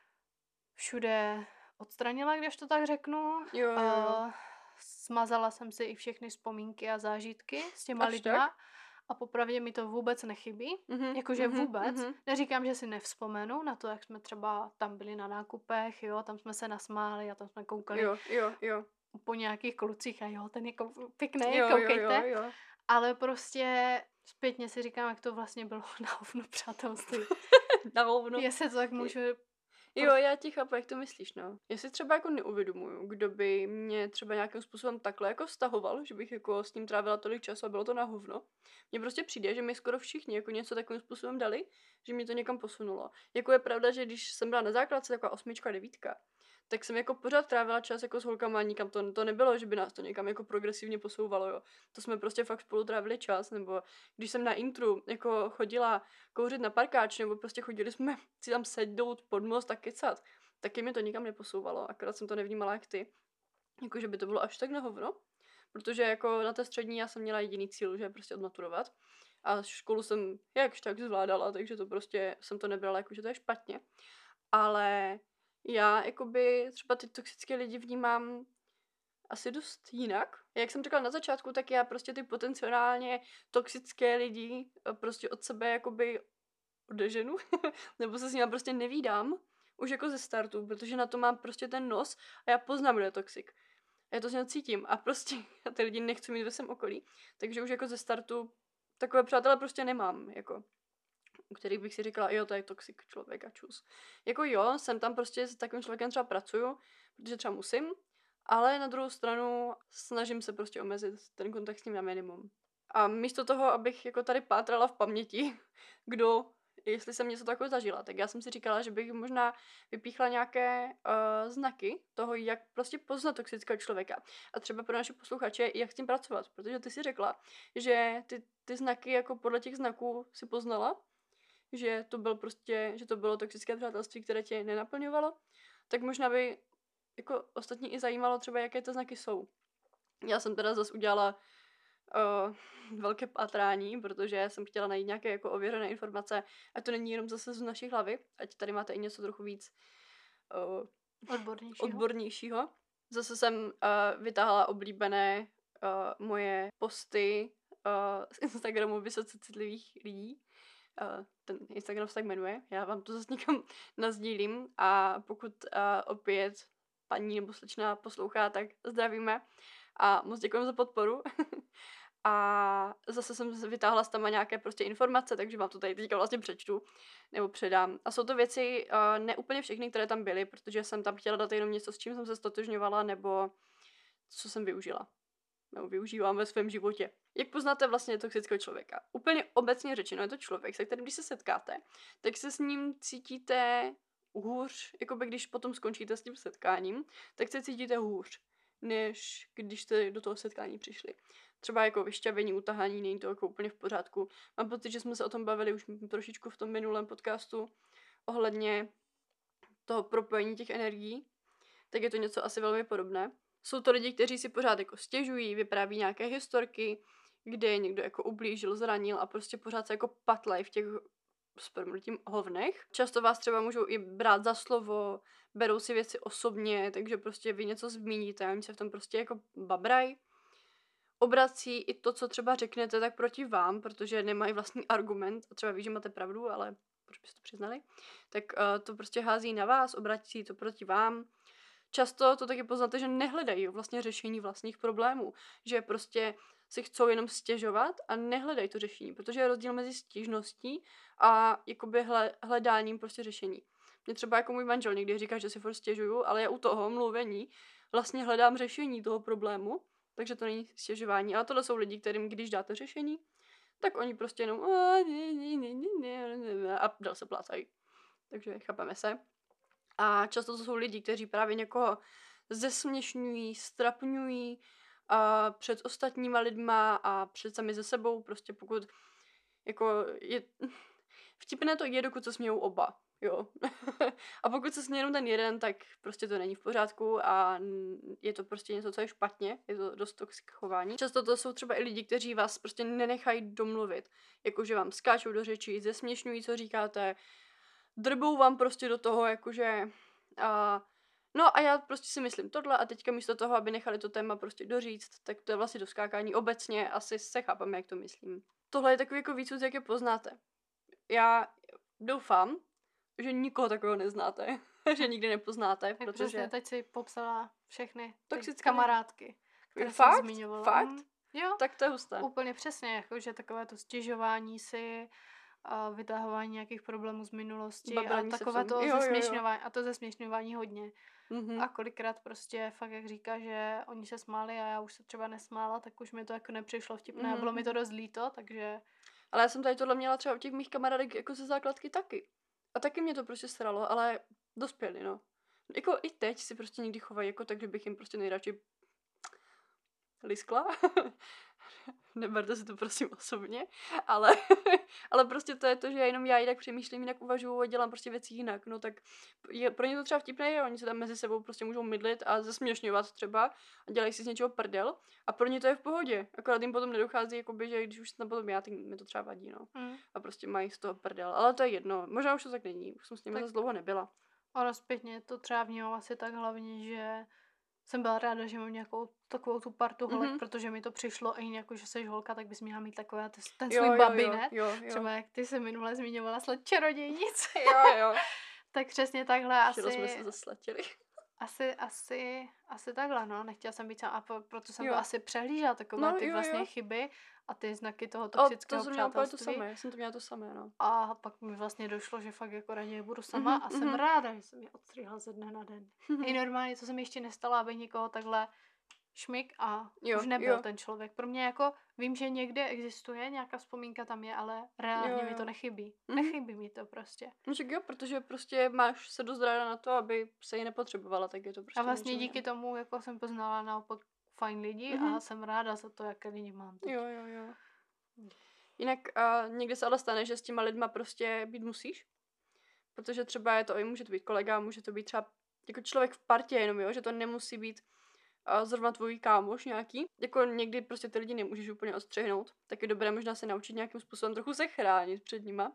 všude odstranila, když to tak řeknu. Jo, jo, jo. A smazala jsem si i všechny vzpomínky a zážitky s těma Až lidma. tak? A popravdě mi to vůbec nechybí. Mhm, Jakože mhm, vůbec. mhm. Neříkám, že si nevzpomenu na to, jak jsme třeba tam byli na nákupech, jo, tam jsme se nasmáli a tam jsme koukali Jo, jo, jo. po nějakých klucích a jo, ten je kou- pěkný, Jo, jo, koukejte. jo, jo. Ale prostě zpětně si říkám, jak to vlastně bylo na hovno přátelství. Na hovno. Jestli to tak můžu... Jo, já ti chápu, jak to myslíš, no. Já si třeba jako neuvědomuju, kdo by mě třeba nějakým způsobem takhle jako stahoval, že bych jako s ním trávila tolik času a bylo to na hovno. Mně prostě přijde, že mi skoro všichni jako něco takovým způsobem dali, že mě to někam posunulo. Jako je pravda, že když jsem byla na základce taková osmička, devítka, tak jsem jako pořád trávila čas jako s holkama a nikam to, to nebylo, že by nás to někam jako progresivně posouvalo, jo. To jsme prostě fakt spolu trávili čas, nebo když jsem na intru jako chodila kouřit na parkáč, nebo prostě chodili jsme si tam sednout pod most a kecat, taky mě to nikam neposouvalo, akorát jsem to nevnímala jak ty, jako že by to bylo až tak na hovno, protože jako na té střední já jsem měla jediný cíl, že prostě odmaturovat a školu jsem jakž tak zvládala, takže to prostě jsem to nebrala jako, že to je špatně, ale já jakoby třeba ty toxické lidi vnímám asi dost jinak. Jak jsem říkala na začátku, tak já prostě ty potenciálně toxické lidi prostě od sebe jakoby odeženu, nebo se s nimi prostě nevídám, už jako ze startu, protože na to mám prostě ten nos a já poznám, kdo je toxik. A já to s ním cítím a prostě já ty lidi nechci mít ve svém okolí, takže už jako ze startu takové přátelé prostě nemám, jako u kterých bych si říkala, jo, to je toxik člověk a čus. Jako jo, jsem tam prostě s takovým člověkem třeba pracuju, protože třeba musím, ale na druhou stranu snažím se prostě omezit ten kontakt s ním na minimum. A místo toho, abych jako tady pátrala v paměti, kdo, jestli jsem něco takového zažila, tak já jsem si říkala, že bych možná vypíchla nějaké uh, znaky toho, jak prostě poznat toxického člověka. A třeba pro naše posluchače, jak s tím pracovat, protože ty si řekla, že ty, ty znaky jako podle těch znaků si poznala, že to byl prostě, že to bylo toxické přátelství, které tě nenaplňovalo, tak možná by jako ostatní i zajímalo třeba, jaké ty znaky jsou. Já jsem teda zase udělala uh, velké pátrání, protože jsem chtěla najít nějaké jako ověřené informace, a to není jenom zase z naší hlavy, ať tady máte i něco trochu víc uh, Odbornějšího. odbornějšího. Zase jsem uh, vytáhla oblíbené uh, moje posty uh, z Instagramu vysoce citlivých lidí. Uh, ten Instagram se tak jmenuje, já vám to zase někam nazdílím a pokud uh, opět paní nebo slečna poslouchá, tak zdravíme a moc děkujeme za podporu. A zase jsem vytáhla z tam nějaké prostě informace, takže vám to tady teďka vlastně přečtu nebo předám. A jsou to věci uh, ne úplně všechny, které tam byly, protože jsem tam chtěla dát jenom něco, s čím jsem se stotožňovala nebo co jsem využila. Nebo využívám ve svém životě. Jak poznáte vlastně toxického člověka? Úplně obecně řečeno je to člověk, se kterým když se setkáte, tak se s ním cítíte hůř, jako by když potom skončíte s tím setkáním, tak se cítíte hůř, než když jste do toho setkání přišli. Třeba jako vyšťavení, utahání, není to jako úplně v pořádku. Mám pocit, že jsme se o tom bavili už trošičku v tom minulém podcastu ohledně toho propojení těch energií, tak je to něco asi velmi podobné. Jsou to lidi, kteří si pořád jako stěžují, vypráví nějaké historky, kde je někdo jako ublížil, zranil a prostě pořád se jako patlej v těch s prominutím hovnech. Často vás třeba můžou i brát za slovo, berou si věci osobně, takže prostě vy něco zmíníte a oni se v tom prostě jako babraj. Obrací i to, co třeba řeknete, tak proti vám, protože nemají vlastní argument a třeba ví, že máte pravdu, ale proč byste to přiznali, tak uh, to prostě hází na vás, obrací to proti vám. Často to taky poznáte, že nehledají vlastně řešení vlastních problémů, že prostě si chcou jenom stěžovat a nehledají to řešení, protože je rozdíl mezi stížností a jakoby hledáním prostě řešení. Mě třeba jako můj manžel někdy říká, že si furt stěžuju, ale já u toho mluvení vlastně hledám řešení toho problému, takže to není stěžování, ale tohle jsou lidi, kterým když dáte řešení, tak oni prostě jenom a dál se plácají. Takže chápeme se. A často to jsou lidi, kteří právě někoho zesměšňují, strapňují a před ostatníma lidma a před sami ze sebou, prostě pokud jako je vtipné to je, dokud se smějou oba, jo. A pokud se směje jenom ten jeden, tak prostě to není v pořádku a je to prostě něco, co je špatně, je to dost toxické chování. Často to jsou třeba i lidi, kteří vás prostě nenechají domluvit, jakože vám skáčou do řeči, zesměšňují, co říkáte, drbou vám prostě do toho, jakože a no a já prostě si myslím tohle a teďka místo toho, aby nechali to téma prostě doříct, tak to je vlastně doskákání obecně, asi se chápeme, jak to myslím. Tohle je takový jako výcud, jak je poznáte. Já doufám, že nikoho takového neznáte, že nikdy nepoznáte, tak protože... přesně, teď si popsala všechny Toxické kamarádky, které fakt? jsem zmiňovala. Fakt? Mm, jo, tak to je husté. Úplně přesně, jakože takové to stěžování si, a vytahování nějakých problémů z minulosti Babrání a takové to zesměšňování, a to zesměšňování hodně. Mm-hmm. A kolikrát prostě fakt, jak říká, že oni se smáli a já už se třeba nesmála, tak už mi to jako nepřišlo vtipné mm-hmm. a bylo mi to dost líto, takže... Ale já jsem tady tohle měla třeba u těch mých kamarádek jako ze základky taky. A taky mě to prostě sralo, ale dospěli, no. Jako i teď si prostě někdy chovají jako tak, že bych jim prostě nejradši liskla. neberte si to prosím osobně, ale, ale prostě to je to, že jenom já jinak přemýšlím, jinak uvažuju a dělám prostě věci jinak, no tak je, pro ně to třeba vtipné je, oni se tam mezi sebou prostě můžou mydlit a zesměšňovat třeba a dělají si z něčeho prdel a pro ně to je v pohodě, akorát jim potom nedochází, jakoby, že když už tam potom já, tak mi to třeba vadí, no. Mm. A prostě mají z toho prdel, ale to je jedno, možná už to tak není, už jsem s nimi Tak- zase dlouho nebyla. Ono zpětně to třeba vnímám asi tak hlavně, že jsem byla ráda, že mám nějakou takovou tu partu holek, Mhm. protože mi to přišlo i jako, že jsi holka, tak bys měla mít takové ten, ten Jo, svůj jo, jo, babinet. jo, jo, Třeba jak ty se minule zmiňovala sled čarodějnic. jo, jo. Tak přesně takhle Včera jsme se asi, zasletili. asi, asi, asi takhle, no. Nechtěla jsem být sama a pro, proto jsem Jo. to asi přehlížela, takové No, ty jo, vlastně jo. chyby a ty znaky toho A to toxického jsem měla úplně to přátelství. samé, já jsem to měla to samé, no. A pak mi vlastně došlo, že fakt jako raději budu sama Mhm, a jsem mhm. ráda, že jsem je odstříhla ze dne na den. I normálně, co jsem ještě nestala, aby nikoho takhle šmik a Jo, už nebyl jo. ten člověk. Pro mě jako, vím, že někde existuje, nějaká vzpomínka tam je, ale reálně Jo, mi jo. to nechybí. Mhm. Nechybí mi to prostě. No tak jo, protože prostě máš se dost ráda na to, aby se jí nepotřebovala, tak je to prostě A vlastně něčím díky jiném. tomu jako jsem poznala naopak fajn lidi Mhm. a jsem ráda za to, jaké lidi mám teď. Jo, jo, jo. Jinak uh, někdy se ale stane, že s těma lidma prostě být musíš, protože třeba je to, i může to být kolega, může to být třeba jako člověk v partě jenom, jo, že to nemusí být uh, zrovna tvůj kámoš nějaký. Jako někdy prostě ty lidi nemůžeš úplně odstřihnout, tak je dobré možná se naučit nějakým způsobem trochu se chránit před nima.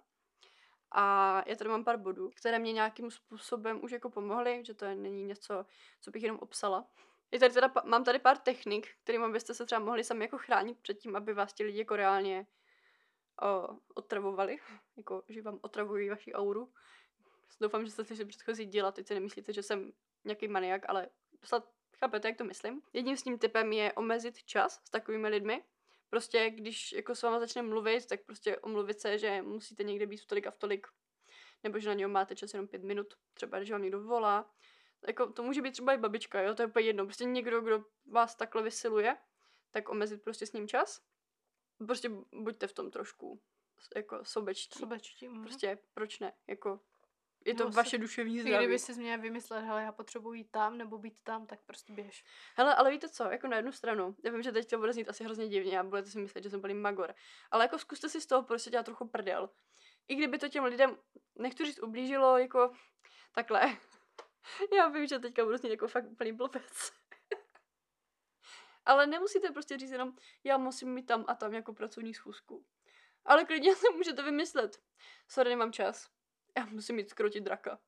A já tady mám pár bodů, které mě nějakým způsobem už jako pomohly, že to není něco, co bych jenom obsala. Je tady teda, pa- mám tady pár technik, kterými byste se třeba mohli sami jako chránit před tím, aby vás ti lidi jako reálně o, otravovali, jako že vám otravují vaši auru. Doufám, že jste si předchozí díla, teď si nemyslíte, že jsem nějaký maniak, ale snad chápete, jak to myslím. Jedním s tím typem je omezit čas s takovými lidmi. Prostě, když jako s váma začne mluvit, tak prostě omluvit se, že musíte někde být v tolik a v tolik, nebo že na něho máte čas jenom pět minut, třeba když vám někdo volá. Jako, to může být třeba i babička, jo, to je úplně jedno. Prostě někdo, kdo vás takhle vysiluje, tak omezit prostě s ním čas. Prostě buďte v tom trošku jako sobečtí. Sobečtí. Mhm. Prostě proč ne? Jako, je to Nebo vaše se- duševní I zdraví. kdyby si měla vymyslet, hele, já potřebuji jít tam nebo být tam, tak prostě běž. Hele, ale víte co, jako na jednu stranu, já vím, že teď to bude znít asi hrozně divně a budete si myslet, že jsem plný magor, ale jako zkuste si z toho prostě dělat trochu prdel. I kdyby to těm lidem, nechci říct, ublížilo, jako takhle. Já vím, že teďka budu znít jako fakt plný blbec. Ale nemusíte prostě říct jenom, já musím mít tam a tam jako pracovní schůzku. Ale klidně si můžete vymyslet. Sorry, nemám čas. Já musím jít skrotit draka.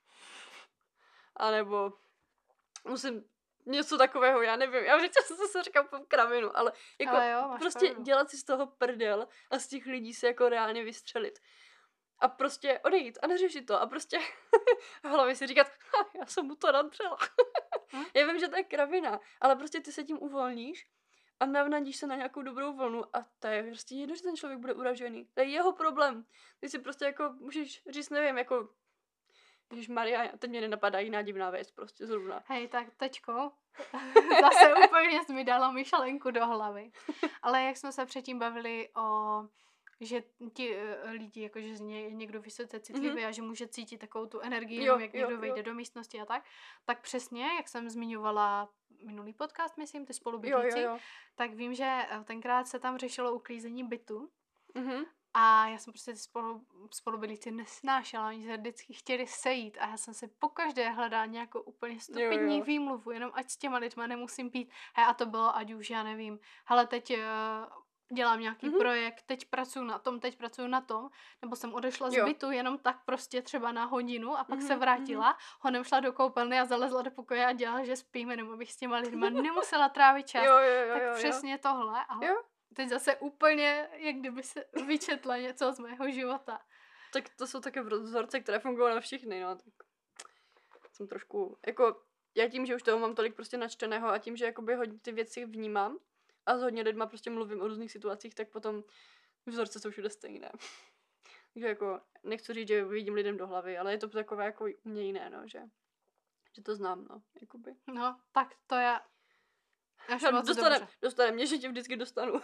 A nebo musím něco takového, já nevím. Já už jsem se říkám po kravinu, ale jako Ale jo, máš prostě pravdu. dělat si z toho prdel a z těch lidí se jako reálně vystřelit. A prostě odejít a neřešit to a prostě v hlavě si říkat, ha, já jsem mu to nadřela. Hm? Já vím, že to je kravina, ale prostě ty se tím uvolníš a navnadíš se na nějakou dobrou vlnu a to je prostě jedno, že ten člověk bude uražený. To je jeho problém. Ty si prostě jako můžeš říct, nevím, jako Ježišmarja, teď mě nenapadá jiná divná věc, prostě zrovna. Hej, tak teďko, zase úplně jsi mi dala myšlenku do hlavy. Ale jak jsme se předtím bavili o, že ti uh, lidi, jakože z ně je někdo vysoce citlivý mm-hmm. a že může cítit takovou tu energii, Jo, jenom jak jo, někdo jo. vejde do místnosti a tak, tak přesně, jak jsem zmiňovala minulý podcast, myslím, ty Jo, spolubydlící, jo, jo. tak vím, že eh, tenkrát se tam řešilo uklízení bytu. Mhm. A já jsem prostě ty spolu, spolubydlící nesnášela, oni se vždycky chtěli sejít a já jsem si pokaždé hledala nějakou úplně stupidní jo. výmluvu, jenom ať s těma lidma nemusím pít. A to bylo, ať už já nevím, hele, teď uh, dělám nějaký Mhm. mm-hmm. projekt, teď pracuji na tom, teď pracuji na tom, nebo jsem odešla z Jo. bytu jenom tak prostě třeba na hodinu a pak Mhm, se vrátila, honem šla do koupelny a zalezla do pokoje a dělala, že spíme, nebo bych s těma lidma nemusela trávit čas. Jo, jo, jo, tak jo, jo. přesně tohle. A Jo. teď zase úplně, jak kdyby se vyčetla něco z mého života. Tak to jsou také vzorce, které fungují na všechny, no, tak jsem trošku, jako, já tím, že už toho mám tolik prostě načteného a tím, že jakoby hodně ty věci vnímám a s hodně lidma prostě mluvím o různých situacích, tak potom vzorce jsou všude stejné. Takže jako, nechci říct, že vidím lidem do hlavy, ale je to takové jako u mě jiné, no, že, že to znám, no, jakoby. No, tak to já... Až No, moc dostane, dobře. dostane mě, že tě vždycky dostanu.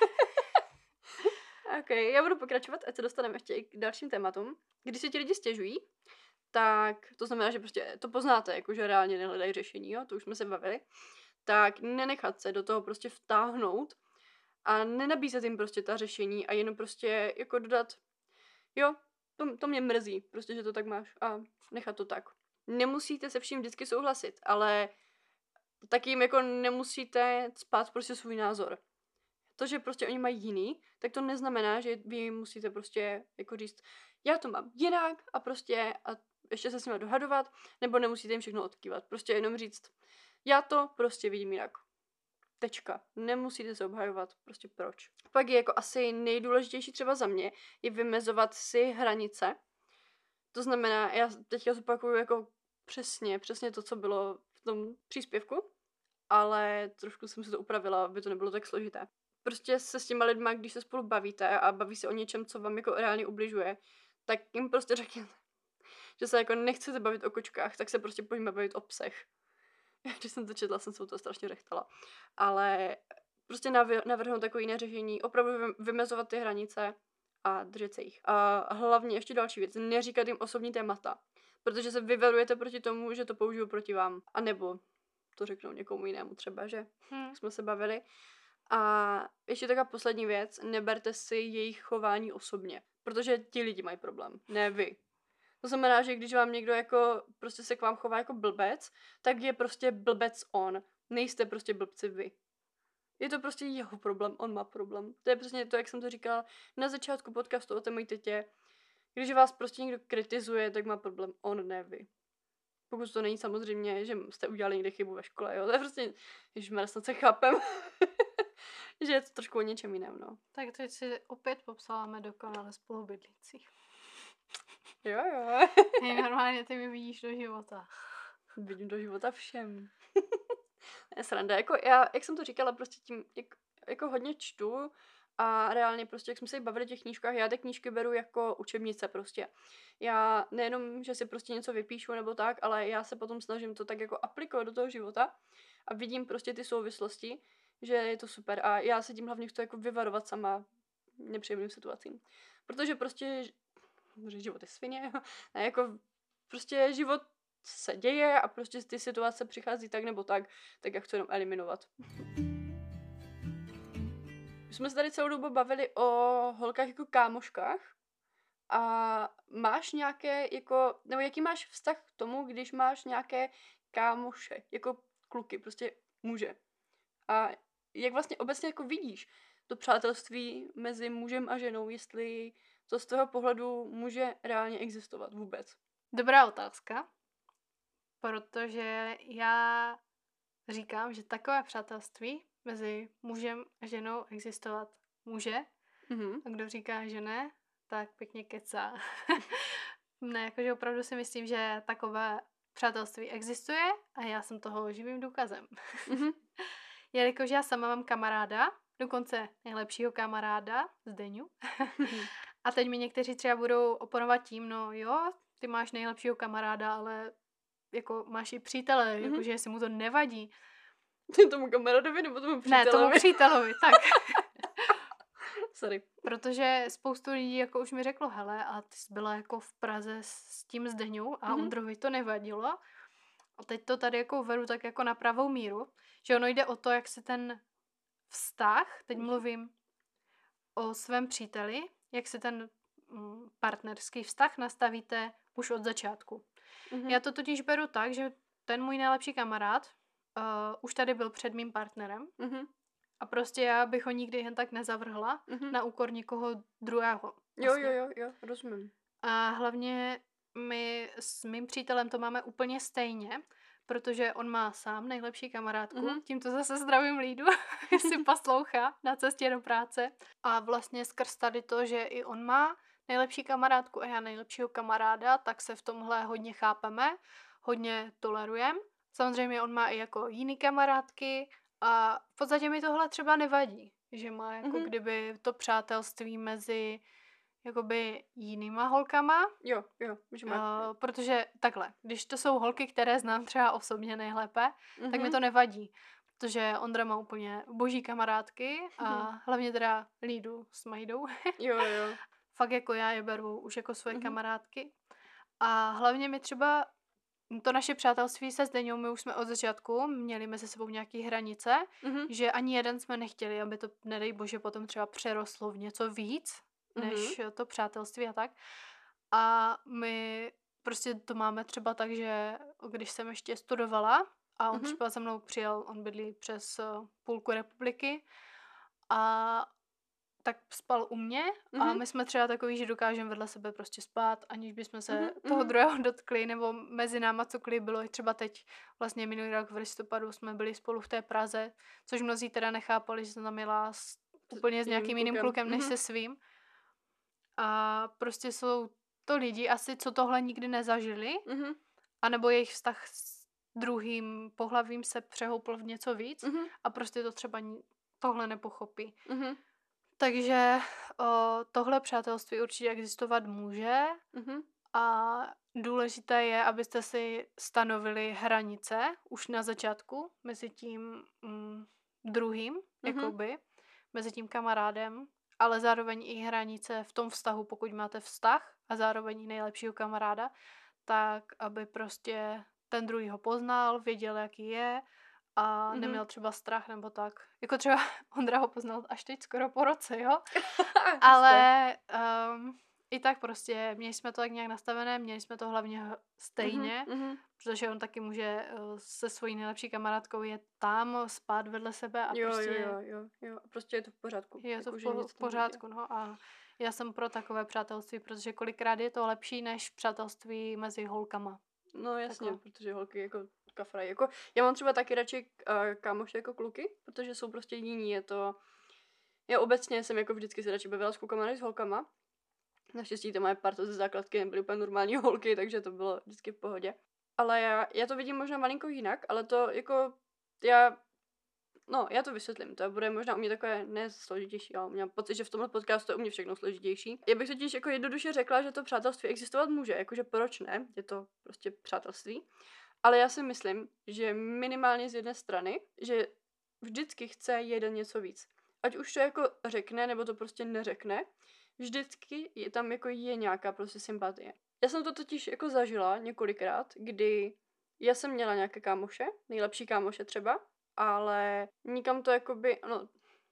Ok, já budu pokračovat, ať se dostaneme ještě i k dalším tématům. Když si ti lidi stěžují, tak to znamená, že prostě to poznáte, jakože reálně nehledají řešení, jo, to už jsme se bavili, tak nenechat se do toho prostě vtáhnout A nenabízet jim prostě ta řešení a jenom prostě jako dodat, jo, to, to mě mrzí, prostě, že to tak máš a nechat to tak. Nemusíte se vším vždycky souhlasit, ale taky jim jako nemusíte spát prostě svůj názor. To, že prostě oni mají jiný, tak to neznamená, že vy jim musíte prostě jako říct, já to mám jinak a prostě a ještě se s nimi dohadovat, nebo nemusíte jim všechno odkývat. Prostě jenom říct, já to prostě vidím jinak. Tečka. Nemusíte se obhajovat. Prostě proč. Pak je jako asi nejdůležitější třeba za mě, je vymezovat si hranice. To znamená, já teďka zopakuju jako přesně, přesně to, co bylo v tom příspěvku, ale trošku jsem si to upravila, aby to nebylo tak složité. Prostě se s těma lidma, když se spolu bavíte a baví se o něčem, co vám jako reálně ubližuje, tak jim prostě řekněte, že se jako nechcete bavit o kočkách, tak se prostě pojďme bavit o psech. Když jsem to četla, jsem se to strašně rechtala. Ale prostě navrhnout takové jiné řešení, opravdu vymezovat ty hranice a držet se jich. A hlavně ještě další věc, neříkat jim osobní témata, protože se vyvarujete proti tomu, že to použiju proti vám. A nebo to řeknou někomu jinému třeba, že hmm. jsme se bavili. A ještě taková poslední věc, neberte si jejich chování osobně, protože ti lidi mají problém, ne vy. To znamená, že když vám někdo jako prostě se k vám chová jako blbec, tak je prostě blbec on. Nejste prostě blbci vy. Je to prostě jeho problém, on má problém. To je přesně to, jak jsem to říkala na začátku podcastu o té mojí tetě. Když vás prostě někdo kritizuje, tak má problém on, ne vy. Pokud to není samozřejmě, že jste udělali někde chybu ve škole, jo. To je prostě, ježišmarja, snad se chápem. Že je to trošku o něčem jiném, no. Tak teď si opět popsaláme dokonale spolubydlící. Jo, jo. Hej, normálně ty mi vidíš do života. Vidím do života všem. Ne, sranda. Jako já, jak jsem to říkala, prostě tím, jak, jako hodně čtu a reálně prostě, jak jsme se jí bavili o těch knížkách, já ty knížky beru jako učebnice prostě. Já nejenom, že si prostě něco vypíšu nebo tak, ale já se potom snažím to tak jako aplikovat do toho života a vidím prostě ty souvislosti, že je to super a já se tím hlavně chci jako vyvarovat sama nepříjemným situacím. Protože prostě život je svině, ne, jako prostě život se děje a prostě ty situace přichází tak nebo tak, tak já chci jenom eliminovat. My jsme se tady celou dobu bavili o holkách jako kámoškách a máš nějaké jako, nebo jaký máš vztah k tomu, když máš nějaké kámoše, jako kluky, prostě muže. A jak vlastně obecně jako vidíš to přátelství mezi mužem a ženou, jestli to z toho pohledu může reálně existovat vůbec? Dobrá otázka, protože já říkám, že takové přátelství mezi mužem a ženou existovat může. Mm-hmm. A kdo říká, že ne, tak pěkně kecá. Ne, jakože opravdu si myslím, že takové přátelství existuje a já jsem toho živým důkazem. Mm-hmm. Jelikož já sama mám kamaráda, dokonce nejlepšího kamaráda, Zdeňu. A teď mi někteří třeba budou oponovat tím, no jo, ty máš nejlepšího kamaráda, ale jako máš i přítele, mm-hmm. jakože si mu to nevadí. Tomu kamarádovi nebo tomu přítelovi? Ne, tomu přítelovi, tak. Sorry. Protože spoustu lidí jako už mi řeklo, hele, a ty jsi byla jako v Praze s tím Zdeňou a mm-hmm. Ondrovi to nevadilo. A teď to tady jako vedu tak jako na pravou míru, že ono jde o to, jak se ten vztah, teď mluvím o svém příteli, jak se ten mm, partnerský vztah nastavíte už od začátku. Mm-hmm. Já to totiž beru tak, že ten můj nejlepší kamarád uh, už tady byl před mým partnerem mm-hmm. a prostě já bych ho nikdy jen tak nezavrhla mm-hmm. na úkor někoho druhého. Vlastně. Jo, jo, jo, jo, rozumím. A hlavně my s mým přítelem to máme úplně stejně, protože on má sám nejlepší kamarádku. Mm-hmm. Tímto zase zdravím Lídu, jestli poslouchá na cestě do práce. A vlastně skrz tady to, že i on má nejlepší kamarádku a já nejlepšího kamaráda, tak se v tomhle hodně chápeme, hodně tolerujeme. Samozřejmě on má i jako jiný kamarádky a v podstatě mi tohle třeba nevadí, že má jako mm-hmm. kdyby to přátelství mezi jakoby jinýma holkama. Jo, jo, může má. Uh, protože takhle, když to jsou holky, které znám třeba osobně nejlépe, mm-hmm. tak mi to nevadí. Protože Ondra má úplně boží kamarádky a mm-hmm. hlavně teda Lídu s Majdou. Jo, jo. Fakt jako já je beru už jako svoje mm-hmm. kamarádky. A hlavně mi třeba to naše přátelství se Zdeňou, my už jsme od začátku měli mezi sebou nějaký hranice, Mhm. že ani jeden jsme nechtěli, aby to, nedej bože, potom třeba přerostlo v něco víc, než Mhm. to přátelství a tak. A my prostě to máme třeba tak, že když jsem ještě studovala a on Mhm. třeba za mnou přijel, on bydlí přes eh, půlku republiky a tak spal u mě a Mhm. my jsme třeba takový, že dokážeme vedle sebe prostě spát, aniž bychom se Mhm. toho Mhm. druhého dotkli, nebo mezi náma cokoliv bylo. I třeba teď, vlastně minulý rok v listopadu jsme byli spolu v té Praze, což mnozí teda nechápali, že jsem tam jela s, úplně s jiným nějakým jiným klukem. klukem, než Mhm. se svým. A prostě jsou to lidi asi, co tohle nikdy nezažili, Mhm. anebo jejich vztah s druhým pohlavím se přehoupl v něco víc Mhm. a prostě to třeba ni- tohle nepochopí. Mhm. Takže o, tohle přátelství určitě existovat může Mhm. a důležité je, abyste si stanovili hranice už na začátku mezi tím mm, druhým, Mhm. jakoby, mezi tím kamarádem, ale zároveň i hranice v tom vztahu, pokud máte vztah a zároveň i nejlepšího kamaráda, tak aby prostě ten druhý ho poznal, věděl, jaký je a Mhm. neměl třeba strach nebo tak. Jako třeba Ondra ho poznal až teď skoro po roce, jo? Husté. Ale um, i tak prostě měli jsme to tak nějak nastavené, měli jsme to hlavně h- stejně, Mhm. Mhm. protože on taky může uh, se svojí nejlepší kamarádkou jet tam, spát vedle sebe a Jo, prostě jo, jo, jo, jo. Prostě je to v pořádku. je to Jako, v, že po, nic v pořádku, no a já jsem pro takové přátelství, protože kolikrát je to lepší než přátelství mezi holkama. No jasně, Takhle. protože holky jako kafraj. Jako, já mám třeba taky radši uh, kámoše jako kluky, protože jsou prostě jiní. Je to... Já obecně jsem jako vždycky se radši bavila s klukama než s holkama. Naštěstí to moje parta ze základky nebyly úplně normální holky, takže to bylo vždycky v pohodě. Ale já, já to vidím možná malinko jinak, ale to jako já... No, já to vysvětlím, to bude možná u mě takové nesložitější, ale mám pocit, že v tomhle podcastu je u mě všechno složitější. Já bych totiž jako jednoduše řekla, že to přátelství existovat může, jakože proč ne, je to prostě přátelství. Ale já si myslím, že minimálně z jedné strany, že vždycky chce jeden něco víc. Ať už to jako řekne, nebo to prostě neřekne, vždycky je tam jako je nějaká prostě sympatie. Já jsem to totiž jako zažila několikrát, kdy já jsem měla nějaké kámoše, nejlepší kámoše třeba, ale nikam to jakoby, no,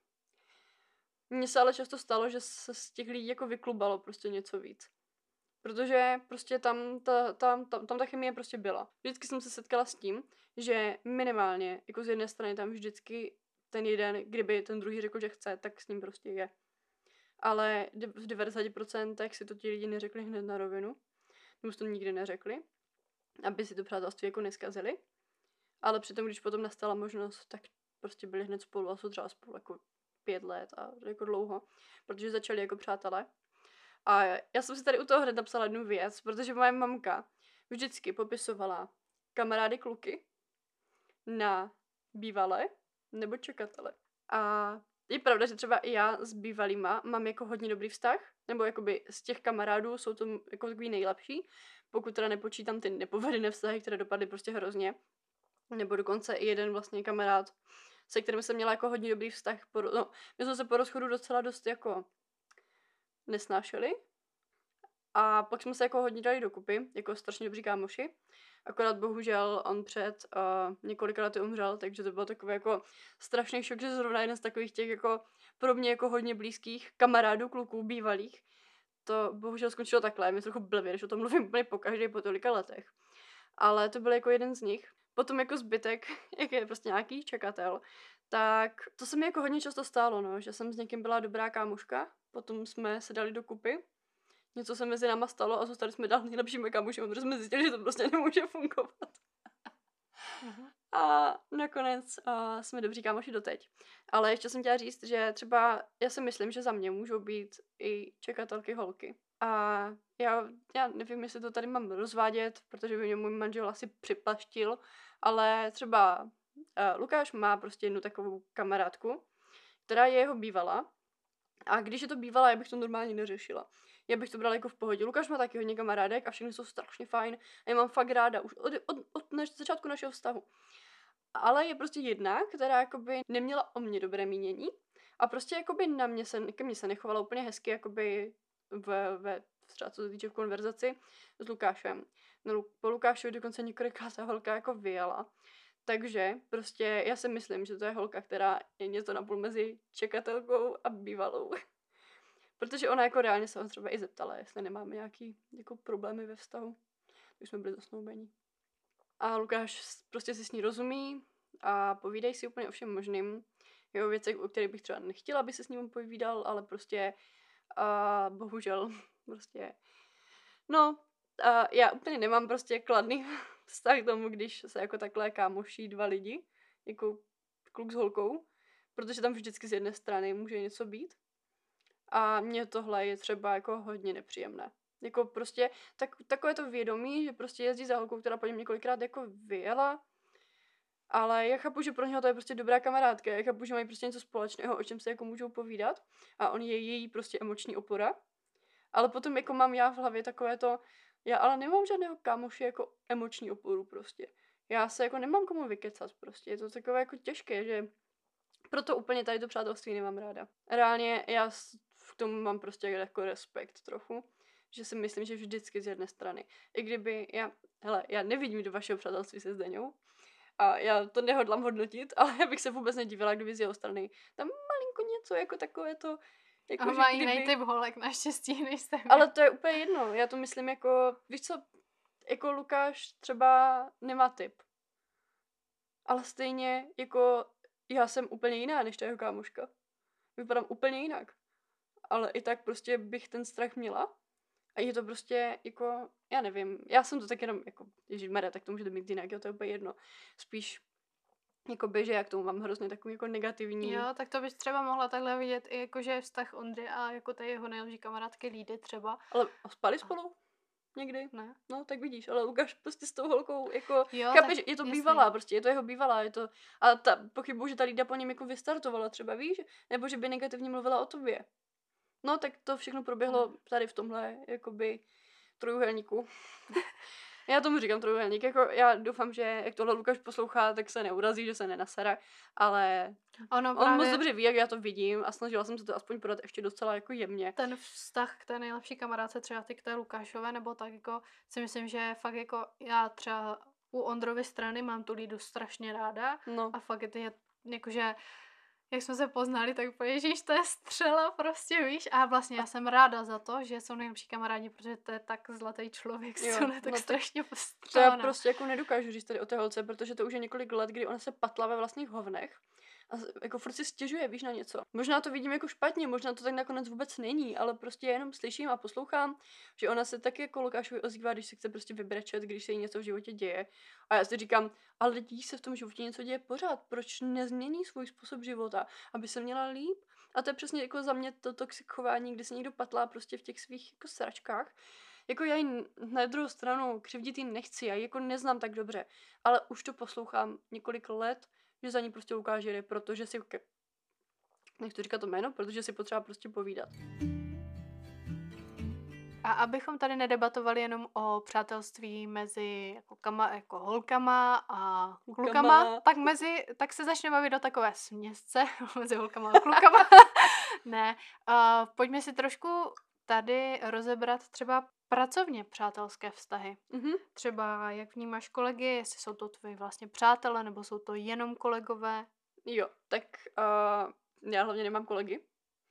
mně se ale často stalo, že se z těch lidí jako vyklubalo prostě něco víc. Protože prostě tam ta, tam, tam, tam ta chemie prostě byla. Vždycky jsem se setkala s tím, že minimálně, jako z jedné strany tam vždycky ten jeden, kdyby ten druhý řekl, že chce, tak s ním prostě je. Ale v devadesát procent si to ti lidi neřekli hned na rovinu. Nebo to nikdy neřekli, aby si to přátelství jako neskazili. Ale přitom, když potom nastala možnost, tak prostě byli hned spolu a jsou třeba spolu jako pět let a jako dlouho, protože začali jako přátelé. A já jsem si tady u toho hned napsala jednu věc, protože moje mamka vždycky popisovala kamarády kluky na bývalé nebo čekatele. A je pravda, že třeba i já s bývalýma mám jako hodně dobrý vztah, nebo jakoby z těch kamarádů jsou to jako takový nejlepší, pokud teda nepočítám ty nepovedené vztahy, které dopadly prostě hrozně. Nebo dokonce i jeden vlastně kamarád, se kterým jsem měla jako hodně dobrý vztah. Po, no, my jsme se po rozchodu docela dost jako nesnášeli. A pak jsme se jako hodně dali dokupy, jako strašně dobří kámoši. Akorát bohužel on před uh, několika lety umřel, takže to bylo takové jako strašný šok, že zrovna jeden z takových těch jako pro mě jako hodně blízkých kamarádů, kluků, bývalých, to bohužel skončilo takhle. Mě trochu blbě, když o tom mluvím úplně po každé po tolika letech. Ale to byl jako jeden z nich. Potom jako zbytek, jak je prostě nějaký čekatel, tak to se mi jako hodně často stálo, no, že jsem s někým byla dobrá kámoška, potom jsme se dali dokupy, něco se mezi náma stalo a zůstali jsme dál nejlepšími kámoši, protože jsme zjistili, že to prostě nemůže fungovat. Mhm. A nakonec uh, jsme dobří kámoši doteď. Ale ještě jsem chtěla říct, že třeba já si myslím, že za mě můžou být i čekatelky holky. A já, já nevím, jestli to tady mám rozvádět, protože by mě můj manžel asi připlaštil, ale třeba uh, Lukáš má prostě jednu takovou kamarádku, která je jeho bývalá. A když je to bývalá, já bych to normálně neřešila. Já bych to brala jako v pohodě. Lukáš má taky hodně kamarádek a všechny jsou strašně fajn. A já mám fakt ráda už od, od, od naš, začátku našeho vztahu. Ale je prostě jedna, která jakoby neměla o mě dobré mínění a prostě jakoby na mě se, ke mně se nechovala úplně hezky jakoby v, ve třeba co se týče v konverzaci s Lukášem. No, po Lukášovi dokonce několikrát ta holka jako vyjela. Takže prostě já si myslím, že to je holka, která je něco napůl mezi čekatelkou a bývalou. Protože ona jako reálně se ho třeba i zeptala, jestli nemáme nějaký jako problémy ve vztahu. Když jsme byli zasnoubení. A Lukáš prostě si s ní rozumí a povídají si úplně o všem možným. Jo, věcech, o kterých bych třeba nechtěla, aby se s ním povídal, ale prostě a bohužel prostě no, a já úplně nemám prostě kladný vztah k tomu, když se jako takhle kámoší dva lidi, jako kluk s holkou, protože tam vždycky z jedné strany může něco být. A mně tohle je třeba jako hodně nepříjemné. Jako prostě tak, takové to vědomí, že prostě jezdí za holkou, která po něm několikrát jako vyjela, ale já chápu, že pro něho to je prostě dobrá kamarádka, já chápu, že mají prostě něco společného, o čem se jako můžou povídat a on je její prostě emoční opora, ale potom jako mám já v hlavě takové to, já ale nemám žádného kámoše jako emoční oporu prostě. Já se jako nemám komu vykecat prostě, je to takové jako těžké, že proto úplně tady to přátelství nemám ráda. Reálně já v tomu mám prostě jako respekt trochu, že si myslím, že vždycky z jedné strany. I kdyby já, hele, já nevidím do vašeho přátelství se Zdeňou a já to nehodlám hodnotit, ale já bych se vůbec nedivila, kdyby z jeho strany tam malinko něco jako takové to, jako, a má jiný typ holek naštěstí, než jste. Ale to je úplně jedno, já to myslím jako, víš co, jako Lukáš třeba nemá typ. Ale stejně jako já jsem úplně jiná než ta jeho kámoška. Vypadám úplně jinak. Ale i tak prostě bych ten strach měla. A je to prostě jako, já nevím, já jsem to tak jenom jako, ježišmarja, tak to můžete mít jinak, jo, to je úplně jedno. Spíš jakoby, že já k tomu mám hrozně takový jako negativní. Jo, tak to bys třeba mohla takhle vidět i jako, že je vztah Ondry a jako té jeho nejlepší kamarádky Lídy třeba. Ale spali spolu? Někdy? Ne. No, tak vidíš, ale Lukáš prostě s tou holkou, jako, jo, chápeš, je to jasný. bývalá, prostě, je to jeho bývalá, je to, a ta pochybuju, že ta Lída po něm jako vystartovala třeba, víš, nebo že by negativně mluvila o tobě. No, tak to všechno proběhlo Hmm. tady v tomhle, jakoby, trojuhelníku. Já tomu říkám trojuhelník, jako já doufám, že jak tohle Lukáš poslouchá, tak se neurazí, že se nenasere, ale ono on právě moc dobře ví, jak já to vidím a snažila jsem se to aspoň podat ještě docela jako jemně. ten vztah k té nejlepší kamarádce třeba ty k té Lukášové, nebo tak jako si myslím, že fakt jako já třeba u Ondrovy strany mám tu Lídu strašně ráda No. a fakt je jakože jak jsme se poznali, tak úplně, ježíš, to je střela, prostě, víš. A vlastně já jsem ráda za to, že jsou nejlepší kamarádi, protože to je tak zlatý člověk, Jo, co ne tak no to- strašně To postřela. já prostě jako nedokážu říct tady o té holce, protože to už je několik let, kdy ona se patla ve vlastních hovnech a z- jako furt si stěžuje, víš, na něco. Možná to vidím jako špatně, možná to tak nakonec vůbec není, ale prostě jenom slyším a poslouchám, že ona se taky jako Lukášovi ozývá, když se chce prostě vybrečet, když se jí něco v životě děje. A já si říkám, ale lidí se v tom životě něco děje pořád, proč nezmění svůj způsob života, aby se měla líp? A to je přesně jako za mě to toxic chování, kdy se někdo patlá prostě v těch svých jako sračkách. Jako já jí na druhou stranu křivdit jí nechci, já ji jako neznám tak dobře, ale už to poslouchám několik let, že za ní prostě Lukáš jede, protože si, ke... nechci říkat to jméno, protože si potřeba prostě povídat. A abychom tady nedebatovali jenom o přátelství mezi jako, kama, jako holkama a Klukama. klukama, tak, mezi, tak se začne bavit do takové směsce mezi holkama a klukama. ne, uh, pojďme si trošku tady rozebrat třeba pracovně přátelské vztahy. Mhm. Třeba jak vnímáš kolegy, jestli jsou to tvoji vlastně přátelé, nebo jsou to jenom kolegové. Jo, tak uh, já hlavně nemám kolegy.